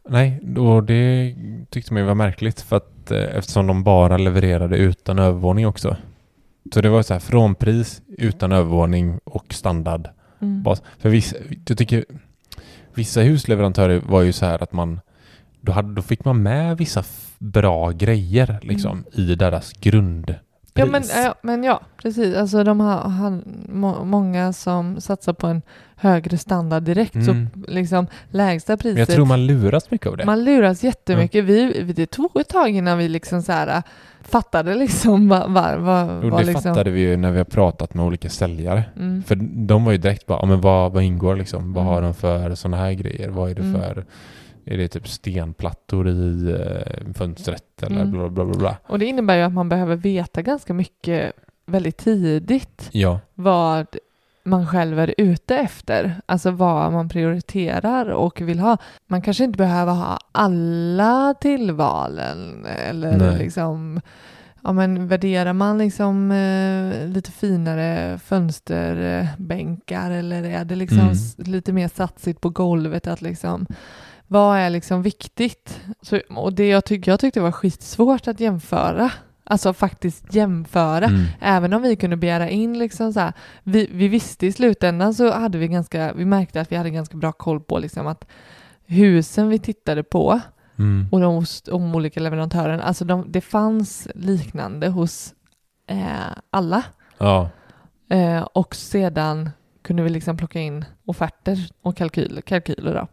Nej, och det tyckte man ju var märkligt för att eftersom de bara levererade utan övervåning också. Så det var så här frånpris utan övervåning och standard. För jag tycker vissa husleverantörer var ju så här att då fick man med vissa bra grejer liksom i deras grundpris. Ja, precis. Alltså de har många som satsar på en högre standard direkt. Så liksom lägsta priset. Men jag tror man luras mycket av det. Man luras jättemycket. Det tog ett tag innan vi liksom så här fattade liksom det liksom... fattade vi ju när vi har pratat med olika säljare. För de var ju direkt bara, men vad ingår liksom? Vad har de för såna här grejer? Vad är det för... Är det typ stenplattor i fönstret eller bla bla bla bla. Och det innebär ju att man behöver veta ganska mycket väldigt tidigt vad man själv är ute efter. Alltså vad man prioriterar och vill ha. Man kanske inte behöver ha alla tillvalen eller liksom... Ja, men värderar man liksom lite finare fönsterbänkar eller är det liksom lite mer satsigt på golvet att liksom... Vad är liksom viktigt? Så, och det jag tyckte var skitsvårt att jämföra. Alltså faktiskt jämföra. Även om vi kunde begära in liksom så här. Vi visste i slutändan så hade vi märkte att vi hade ganska bra koll på liksom att husen vi tittade på och de olika leverantörerna. Alltså det fanns liknande hos alla. Ja. Och sedan kunde vi liksom plocka in offerter och kalkyler då,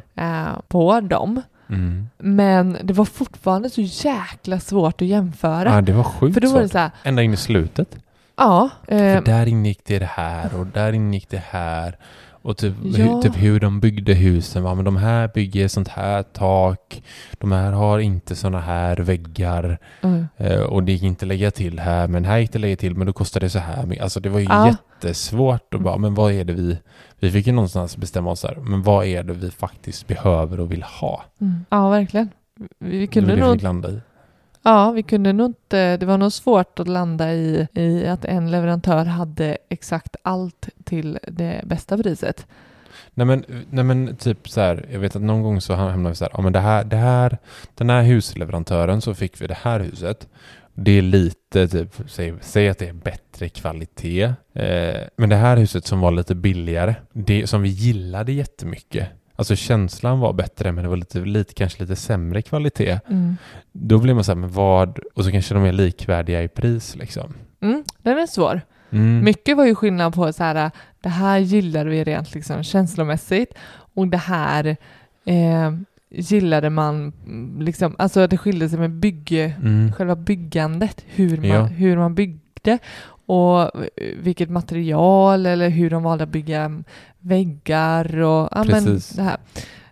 på dem. Men det var fortfarande så jäkla svårt att jämföra. Ja, det var sjukt för då var det svårt. så här, ända in i slutet. Ja. För där ingick det här och där ingick det här. Och typ hur de byggde husen. Men de här bygger sånt här tak. De här har inte såna här väggar. Och det gick inte lägga till här. Men här gick det lägga till. Men då kostade det så här. Alltså det var ju jättesvårt. Och bara, men vad är det vi fick ju någonstans bestämma oss här. Men vad är det vi faktiskt behöver och vill ha? Ja, verkligen. Vi kunde det nog... fick landa i. Ja, vi kunde nog inte, det var nog svårt att landa i att en leverantör hade exakt allt till det bästa priset. Nej men typ så här, jag vet att någon gång så hamnade vi så här, ja men den här husleverantören så fick vi det här huset. Det är lite typ, säg att det är bättre kvalitet. Men det här huset som var lite billigare, det som vi gillade jättemycket. Alltså känslan var bättre men det var kanske lite sämre kvalitet. Då blir man så här, men vad... Och så kanske de är likvärdiga i pris liksom. Den är svår. Mycket var ju skillnad på så här, det här gillade vi rent liksom känslomässigt och det här gillade man liksom, alltså det skilde sig med själva byggandet, hur man byggde och vilket material eller hur de valde att bygga väggar och det här.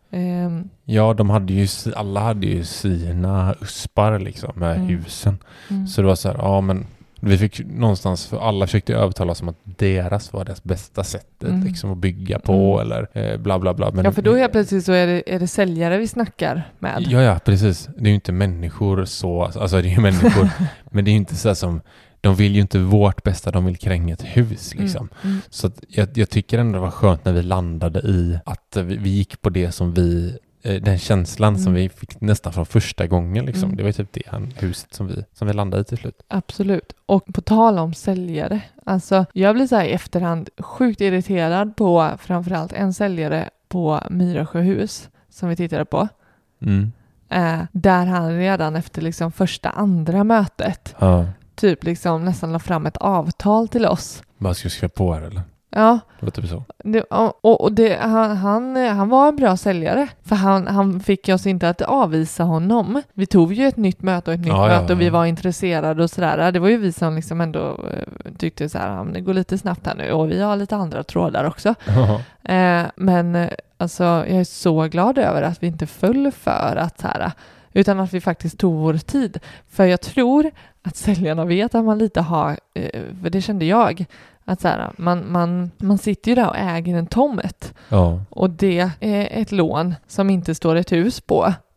Ja, alla hade ju sina uspar liksom med husen. Så det var så här, men vi fick någonstans, för alla försökte övertala oss om att deras var det bästa sättet liksom att bygga på eller bla bla bla. Men, ja, för då helt plötsligt så är det säljare vi snackar med. Ja, precis. Det är ju inte människor så, alltså det är ju människor, men det är ju inte så här som, de vill ju inte vårt bästa, de vill kränga ett hus liksom. Så att jag tycker ändå det var skönt när vi landade i att vi gick på det som den känslan som vi fick nästan från första gången liksom. Det var typ det huset som vi landade i till slut. Absolut. Och på tal om säljare, alltså jag blir så här i efterhand sjukt irriterad på framförallt en säljare på Myrasjöhus som vi tittade på. Där han redan efter liksom andra mötet typ liksom nästan la fram ett avtal till oss. Bara ska skriva på här eller? Ja. Det var typ så. Han var en bra säljare. För han fick oss inte att avvisa honom. Vi tog ju ett nytt möte och vi var intresserade och sådär. Det var ju vi som liksom ändå tyckte så här, det går lite snabbt här nu och vi har lite andra trådar också. Men alltså jag är så glad över att vi inte föll för att så här, utan att vi faktiskt tog vår tid. För jag tror att säljarna vet att man lite har, för det kände jag, att så här, man sitter ju där och äger en tomt. Och det är ett lån som inte står ett hus på.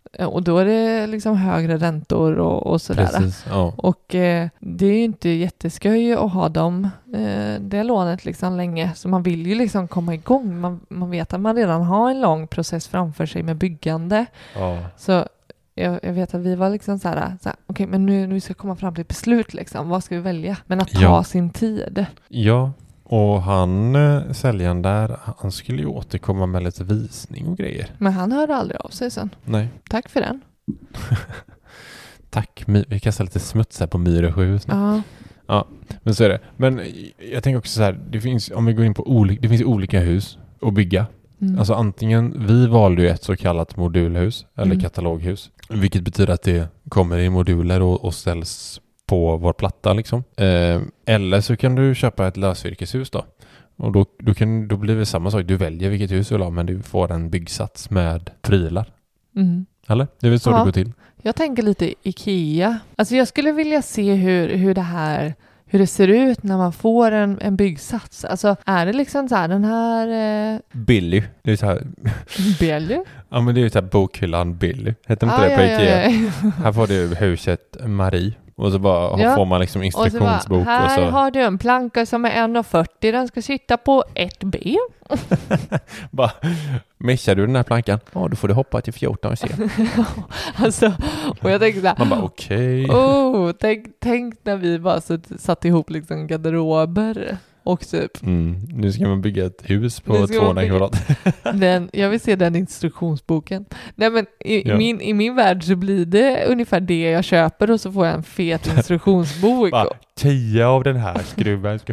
Och då är det liksom högre räntor och sådär. Precis, ja. Och det är ju inte jättesköj att ha det lånet liksom länge. Så man vill ju liksom komma igång. Man vet att man redan har en lång process framför sig med byggande. Ja. Så jag vet att vi var liksom så här okej, men nu ska vi komma fram till ett beslut liksom. Vad ska vi välja? Men att ta sin tid. Ja, och säljaren där, han skulle ju återkomma med lite visning och grejer. Men han hörde aldrig av sig sen. Nej. Tack för den. Tack, vi kastar lite smuts här på Myresjö. Ja, men så är det. Men jag tänker också så här, det finns, om vi går in på det finns olika hus att bygga. Alltså antingen, vi valde ju ett så kallat modulhus eller kataloghus. Vilket betyder att det kommer i moduler och ställs på vår platta liksom. Eller så kan du köpa ett lösvirkeshus då. Och då blir det samma sak. Du väljer vilket hus du vill ha, men du får en byggsats med prylar. Eller? Det är väl så det går till. Jag tänker lite Ikea. Alltså jag skulle vilja se hur det ser ut när man får en byggsats. Alltså är det liksom så här den här... Billy. Det är så här... Billy? Ja, men det är ju så här bokhyllan Billy. Heter inte det på Ikea? Ja. Här får du huset Marie. Och så bara får man liksom instruktionsbok. Här har du en planka som är 1,40. Den ska sitta på ett ben. Bara, missar du den här plankan? Ja, då får du hoppa till 14 och se. Alltså, och jag tänkte så här, man bara okej. Tänk när vi bara satt ihop liksom garderober. Och typ. Nu ska man bygga ett hus på 200 kvadrat. Jag vill se den instruktionsboken. Nej, men i min värld så blir det ungefär det jag köper och så får jag en fet instruktionsbok. 10 av den här skruven ska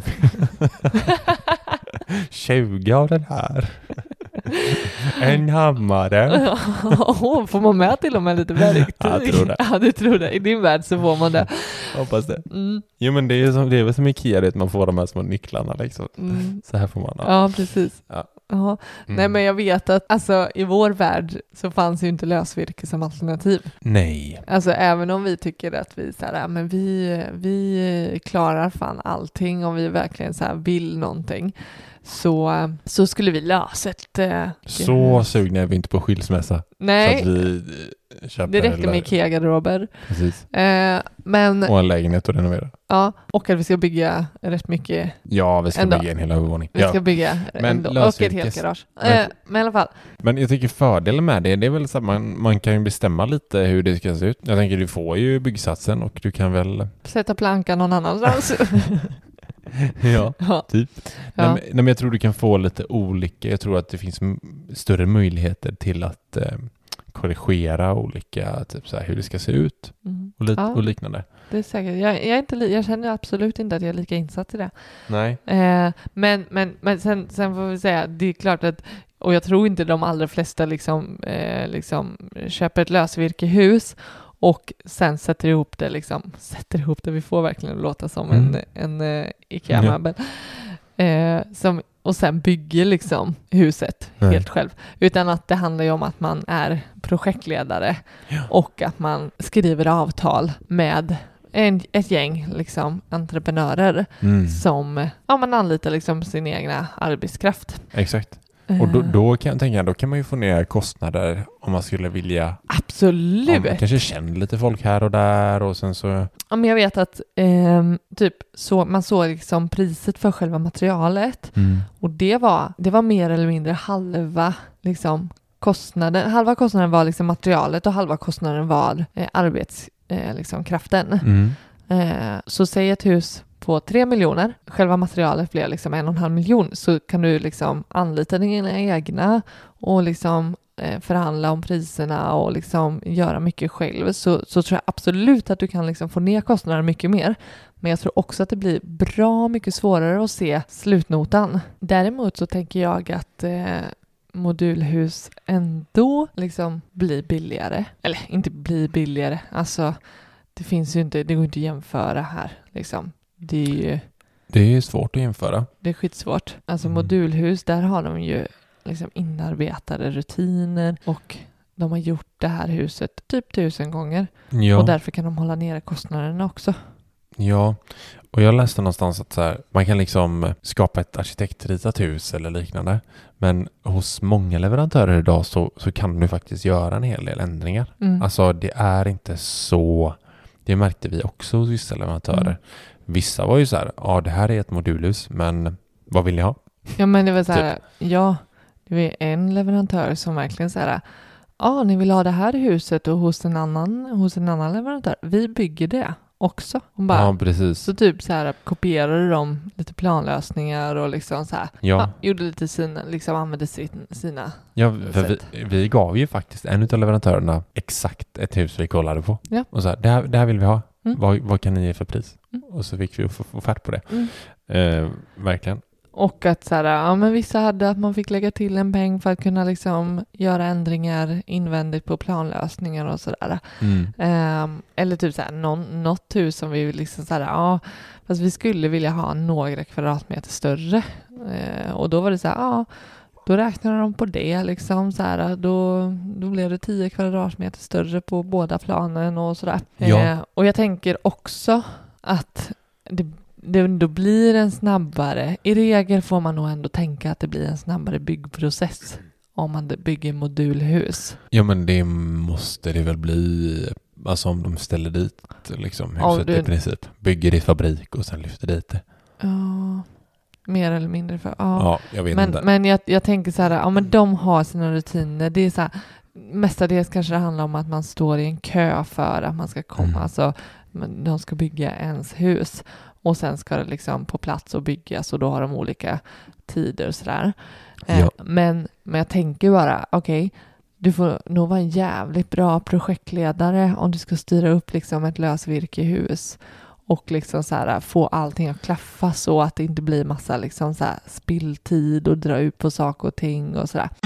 20 av den här. En hammare. Får man med till och med lite verktyg? Jag tror det. Ja, du tror det. I din värld så får man det. Hoppas det. Jo, men det är väl som Ikea, det man får de här små nycklarna liksom. Så här får man. Ja, precis. Ja. Nej, men jag vet att alltså, i vår värld så fanns ju inte lösvirke som alternativ. Nej. Alltså även om vi tycker att vi så här, men vi klarar fan allting och vi verkligen så här vill någonting. Så skulle vi lösa ett... så sugna är vi inte på skilsmässa. Nej, så att vi köper det räcker med Ikea-garderober. Precis. Men, och en lägenhet att renovera. Ja, och att vi ska bygga rätt mycket. Ja, vi ska bygga en hel övervåning. Vi ska bygga och ett helt garage. Men i alla fall. Men jag tycker fördelen med det är väl så att man kan ju bestämma lite hur det ska se ut. Jag tänker du får ju byggsatsen och du kan väl... sätta plankan någon annanstans. Ja, typ. Ja. Nej, men jag tror du kan få lite olika. Jag tror att det finns större möjligheter till att korrigera olika, typ så här, hur det ska se ut och liknande. Det är säkert. Jag känner absolut inte att jag är lika insatt i det. Nej. Men sen får vi säga, det är klart att, och jag tror inte de allra flesta liksom köper ett lösvirkehus och sen sätter ihop det, vi får verkligen låta som en Ikea-möbel. Och sen bygger liksom huset helt själv. Utan att det handlar ju om att man är projektledare och att man skriver avtal med ett gäng liksom entreprenörer som man anlitar liksom sin egna arbetskraft. Exakt. Och då kan jag tänka, då kan man ju få ner kostnader om man skulle vilja. Absolut. Man kanske känner lite folk här och där och sen så. Ja, men jag vet att man såg liksom priset för själva materialet och det var mer eller mindre halva liksom kostnaden. Halva kostnaden var liksom materialet och halva kostnaden var arbetskraften. Så säg ett hus på 3 miljoner. Själva materialet blev liksom 1,5 miljon. Så kan du liksom anlita dina egna och liksom förhandla om priserna och liksom göra mycket själv. Så tror jag absolut att du kan liksom få ner kostnaderna mycket mer. Men jag tror också att det blir bra mycket svårare att se slutnotan. Däremot så tänker jag att modulhus ändå liksom blir billigare. Eller inte blir billigare. Alltså det finns ju inte, det går inte att jämföra här liksom. Det är ju svårt att jämföra. Det är skitsvårt. Alltså modulhus, där har de ju liksom inarbetade rutiner och de har gjort det här huset typ 1000 gånger. Ja. Och därför kan de hålla nere kostnaderna också. Ja, och jag läste någonstans att så här, man kan liksom skapa ett arkitektritat hus eller liknande. Men hos många leverantörer idag så kan du faktiskt göra en hel del ändringar. Alltså det är inte så... Det märkte vi också hos vissa leverantörer. Vissa var ju så här, ja det här är ett modulhus, men vad vill ni ha? Ja, men det var så här, det var en leverantör som verkligen så här, ni vill ha det här huset och hos en annan leverantör. Vi bygger det också. Hon bara, precis. Så typ så här kopierade de lite planlösningar och liksom så här, gjorde lite sina, liksom använde sina. Ja, för vi gav ju faktiskt en av leverantörerna exakt ett hus vi kollade på. Ja. Och så här, det här vill vi ha. Vad kan ni ge för pris? Och så fick vi offert på det. Verkligen. Och att så här, men vissa hade att man fick lägga till en peng för att kunna liksom göra ändringar invändigt på planlösningar och sådär. Eller typ så här, något hus som vi liksom så här, fast vi skulle vilja ha några kvadratmeter större. Och då var det så här, då räknade de på det liksom så här, då blev det 10 kvadratmeter större på båda planen och sådär. Och jag tänker också att det ändå blir en snabbare, i regel får man nog ändå tänka att det blir en snabbare byggprocess om man bygger modulhus. Ja, men det måste det väl bli, alltså om de ställer dit liksom huset i princip, bygger i fabrik och sen lyfter dit det. Ja, mer eller mindre för, jag vet inte. Men jag tänker så här, men de har sina rutiner, det är så här, mestadels kanske det handlar om att man står i en kö för att man ska komma, alltså de ska bygga ens hus. Och sen ska det liksom på plats och byggas och då har de olika tider och sådär. Men jag tänker bara, du får nog vara en jävligt bra projektledare om du ska styra upp liksom ett lösvirkehus och liksom så här, få allting att klaffa så att det inte blir massa liksom så här spilltid och dra ut på saker och ting och sådär.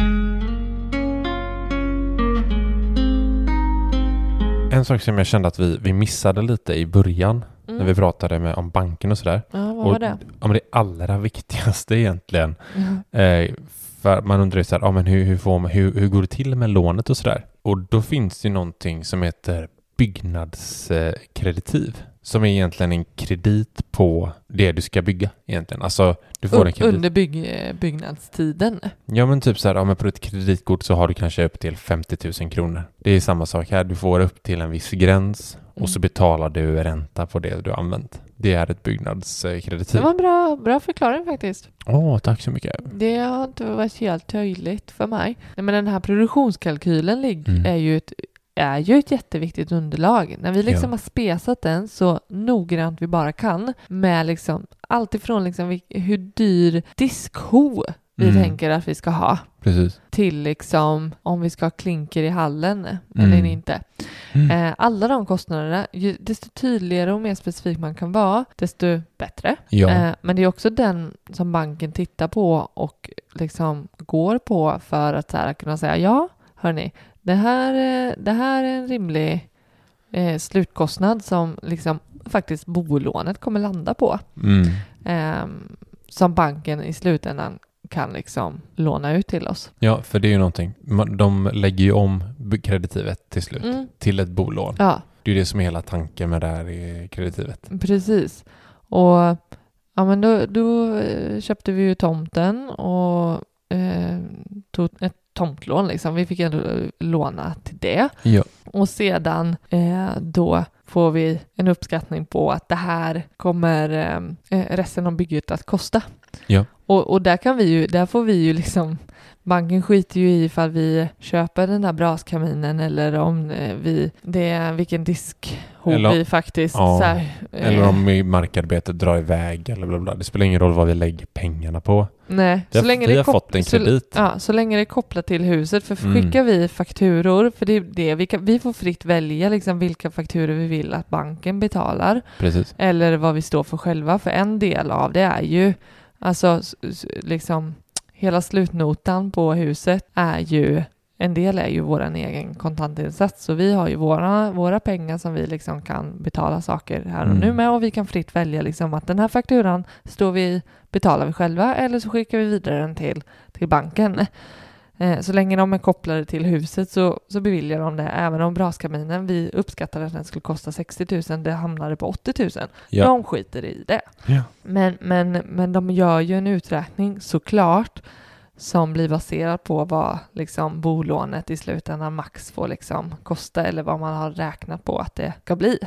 En sak som jag kände att vi missade lite i början när vi pratade om banken och sådär. Ja, vad var det? Men det allra viktigaste egentligen. För man undrar ju så här, men hur går det till med lånet och sådär? Och då finns det ju någonting som heter byggnadskreditiv. Som är egentligen en kredit på det du ska bygga egentligen. Alltså, du får en kredit. Under byggnadstiden? Ja, men typ så här, men på ett kreditkort så har du kanske upp till 50 000 kronor. Det är samma sak här. Du får upp till en viss gräns och så betalar du ränta på det du har använt. Det är ett byggnadskreditiv. Det var en bra förklaring faktiskt. Tack så mycket. Det har inte varit helt tydligt för mig. Men den här produktionskalkylen är ju ett jätteviktigt underlag. När vi liksom har spesat den så noggrant vi bara kan med liksom allt ifrån liksom hur dyr diskho vi tänker att vi ska ha. Precis. Till liksom om vi ska ha klinker i hallen eller inte. Alla de kostnaderna, desto tydligare och mer specifik man kan vara, desto bättre. Ja. Men det är också den som banken tittar på och liksom går på för att så här kunna säga, hörni, det här är en rimlig slutkostnad som liksom faktiskt bolånet kommer landa på. Som banken i slutändan kan liksom låna ut till oss. Ja, för det är ju någonting. De lägger ju om kreditivet till slut till ett bolån. Ja. Det är det som är hela tanken med det här kreditivet. Precis. Och men då köpte vi ju tomten och tog ett tomtlån liksom. Vi fick ändå låna till det. Ja. Och sedan då får vi en uppskattning på att det här kommer resten av bygget att kosta. Ja. Och där får vi ju liksom, banken skiter ju i ifall vi köper den där braskaminen eller om vilken diskhop vi faktiskt eller om markarbetet drar iväg eller bla bla. Det spelar ingen roll vad vi lägger pengarna på. Nej, vi har fått en kredit. Så länge det är kopplat till huset, för skickar vi fakturor, för det är det vi får fritt välja liksom vilka fakturor vi vill att banken betalar. Precis. Eller vad vi står för själva, för en del av det är ju alltså liksom hela slutnotan på huset är ju, en del är ju våran egen kontantinsats, så vi har ju våra pengar som vi liksom kan betala saker här och nu med, och vi kan fritt välja liksom att den här fakturan betalar vi själva eller så skickar vi vidare den till banken. Så länge de är kopplade till huset så beviljar de det. Även om braskaminen, vi uppskattade att den skulle kosta 60 000, det hamnade på 80 000. Ja. De skiter i det. Ja. Men de gör ju en uträkning såklart som blir baserad på vad liksom bolånet i slutändan max får liksom kosta eller vad man har räknat på att det ska bli.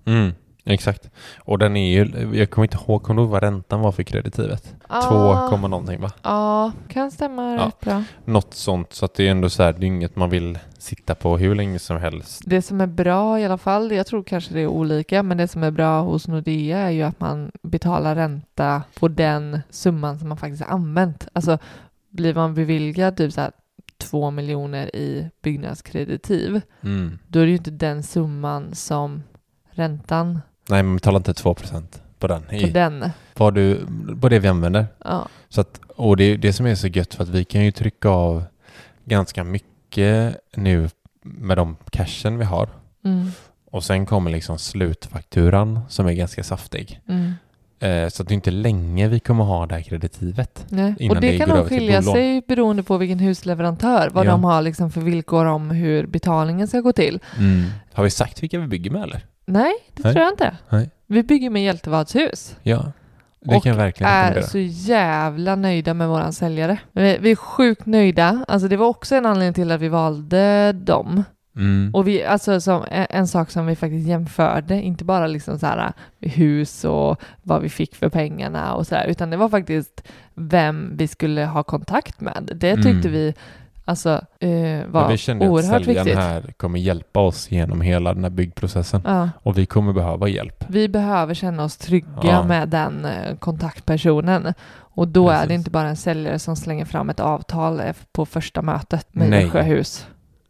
Exakt. Och den är ju, jag kommer inte ihåg vad räntan var för kreditivet. 2, någonting va? Ja, kan stämma rätt bra. Något sånt, så att det är ändå så här, det är inget man vill sitta på hur länge som helst. Det som är bra i alla fall, jag tror kanske det är olika, men det som är bra hos Nordea är ju att man betalar ränta på den summan som man faktiskt har använt. Alltså blir man beviljad typ så här 2 miljoner i byggnadskreditiv, då är det ju inte den summan som räntan. Nej, man betalar inte 2% på den. På På det vi använder. Ja. Så att, och det är det som är så gött, för att vi kan ju trycka av ganska mycket nu med de cashen vi har. Och sen kommer liksom slutfakturan som är ganska saftig. Så att det är inte länge vi kommer ha det här kreditivet. Nej. Och det kan nog skilja sig beroende på vilken husleverantör. Vad de har liksom för villkor om hur betalningen ska gå till. Har vi sagt vilka vi bygger med eller? Nej, det tror jag inte. Nej. Vi bygger med Hjältevads hus. Ja, det kan jag verkligen rekommendera. Och är så jävla nöjda med våran säljare. Vi är sjukt nöjda. Alltså det var också en anledning till att vi valde dem. Och vi, alltså som en sak som vi faktiskt jämförde, inte bara liksom så här hus och vad vi fick för pengarna och så här, utan det var faktiskt vem vi skulle ha kontakt med. Det tyckte vi alltså var vi kände oerhört att säljaren viktigt. här kommer hjälpa oss genom hela den här byggprocessen. Ja. Och vi kommer behöva hjälp. Vi behöver känna oss trygga med den kontaktpersonen. Och då är det inte bara en säljare som slänger fram ett avtal på första mötet med Sjöhus.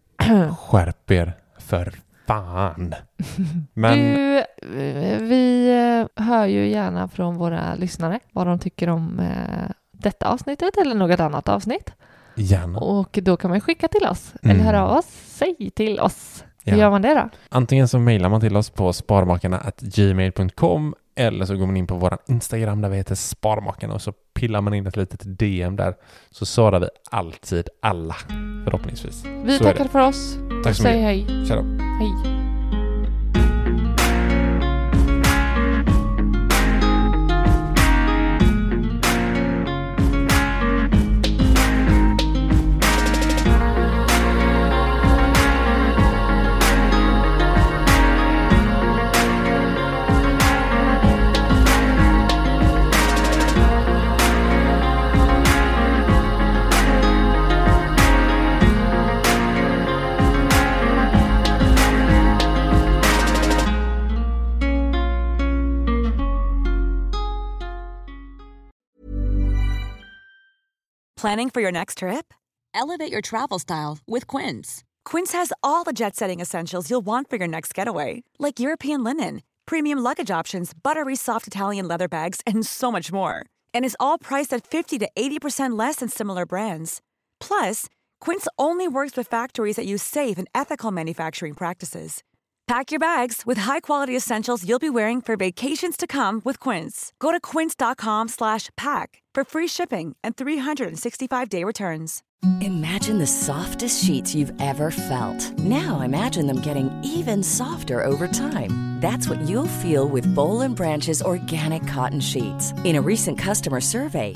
Skärp er för fan. Men vi hör ju gärna från våra lyssnare vad de tycker om detta avsnittet eller något annat avsnitt. Gärna. Och då kan man skicka till oss eller höra av oss, säg till oss. Hur gör man det då? Antingen så mejlar man till oss på sparmakarna@gmail.com eller så går man in på våran Instagram där vi heter Sparmakarna och så pillar man in ett litet DM där, så svarar vi alltid alla, förhoppningsvis. Vi så tackar för oss. Tack så mycket. Säg hej. Tja då. Hej. Planning for your next trip? Elevate your travel style with Quince. Quince has all the jet-setting essentials you'll want for your next getaway, like European linen, premium luggage options, buttery soft Italian leather bags, and so much more. And is all priced at 50 to 80% less than similar brands. Plus, Quince only works with factories that use safe and ethical manufacturing practices. Pack your bags with high-quality essentials you'll be wearing for vacations to come with Quince. Go to quince.com/pack for free shipping and 365-day returns. Imagine the softest sheets you've ever felt. Now imagine them getting even softer over time. That's what you'll feel with Boll & Branch's organic cotton sheets. In a recent customer survey,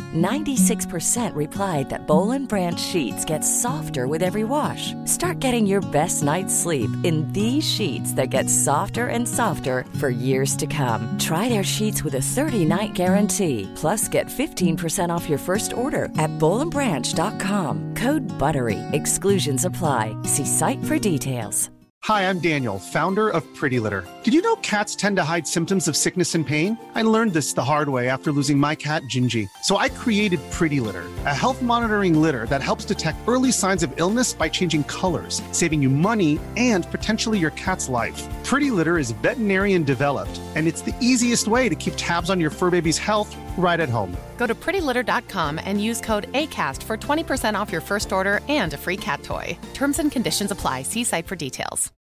96% replied that Boll & Branch sheets get softer with every wash. Start getting your best night's sleep in these sheets that get softer and softer for years to come. Try their sheets with a 30-night guarantee. Plus, get 15% off your first order at bollandbranch.com. Code BUTTERY. Exclusions apply. See site for details. Hi, I'm Daniel, founder of Pretty Litter. Did you know cats tend to hide symptoms of sickness and pain? I learned this the hard way after losing my cat, Gingy. So I created Pretty Litter, a health monitoring litter that helps detect early signs of illness by changing colors, saving you money and potentially your cat's life. Pretty Litter is veterinarian developed, and it's the easiest way to keep tabs on your fur baby's health right at home. Go to prettylitter.com and use code ACAST for 20% off your first order and a free cat toy. Terms and conditions apply. See site for details.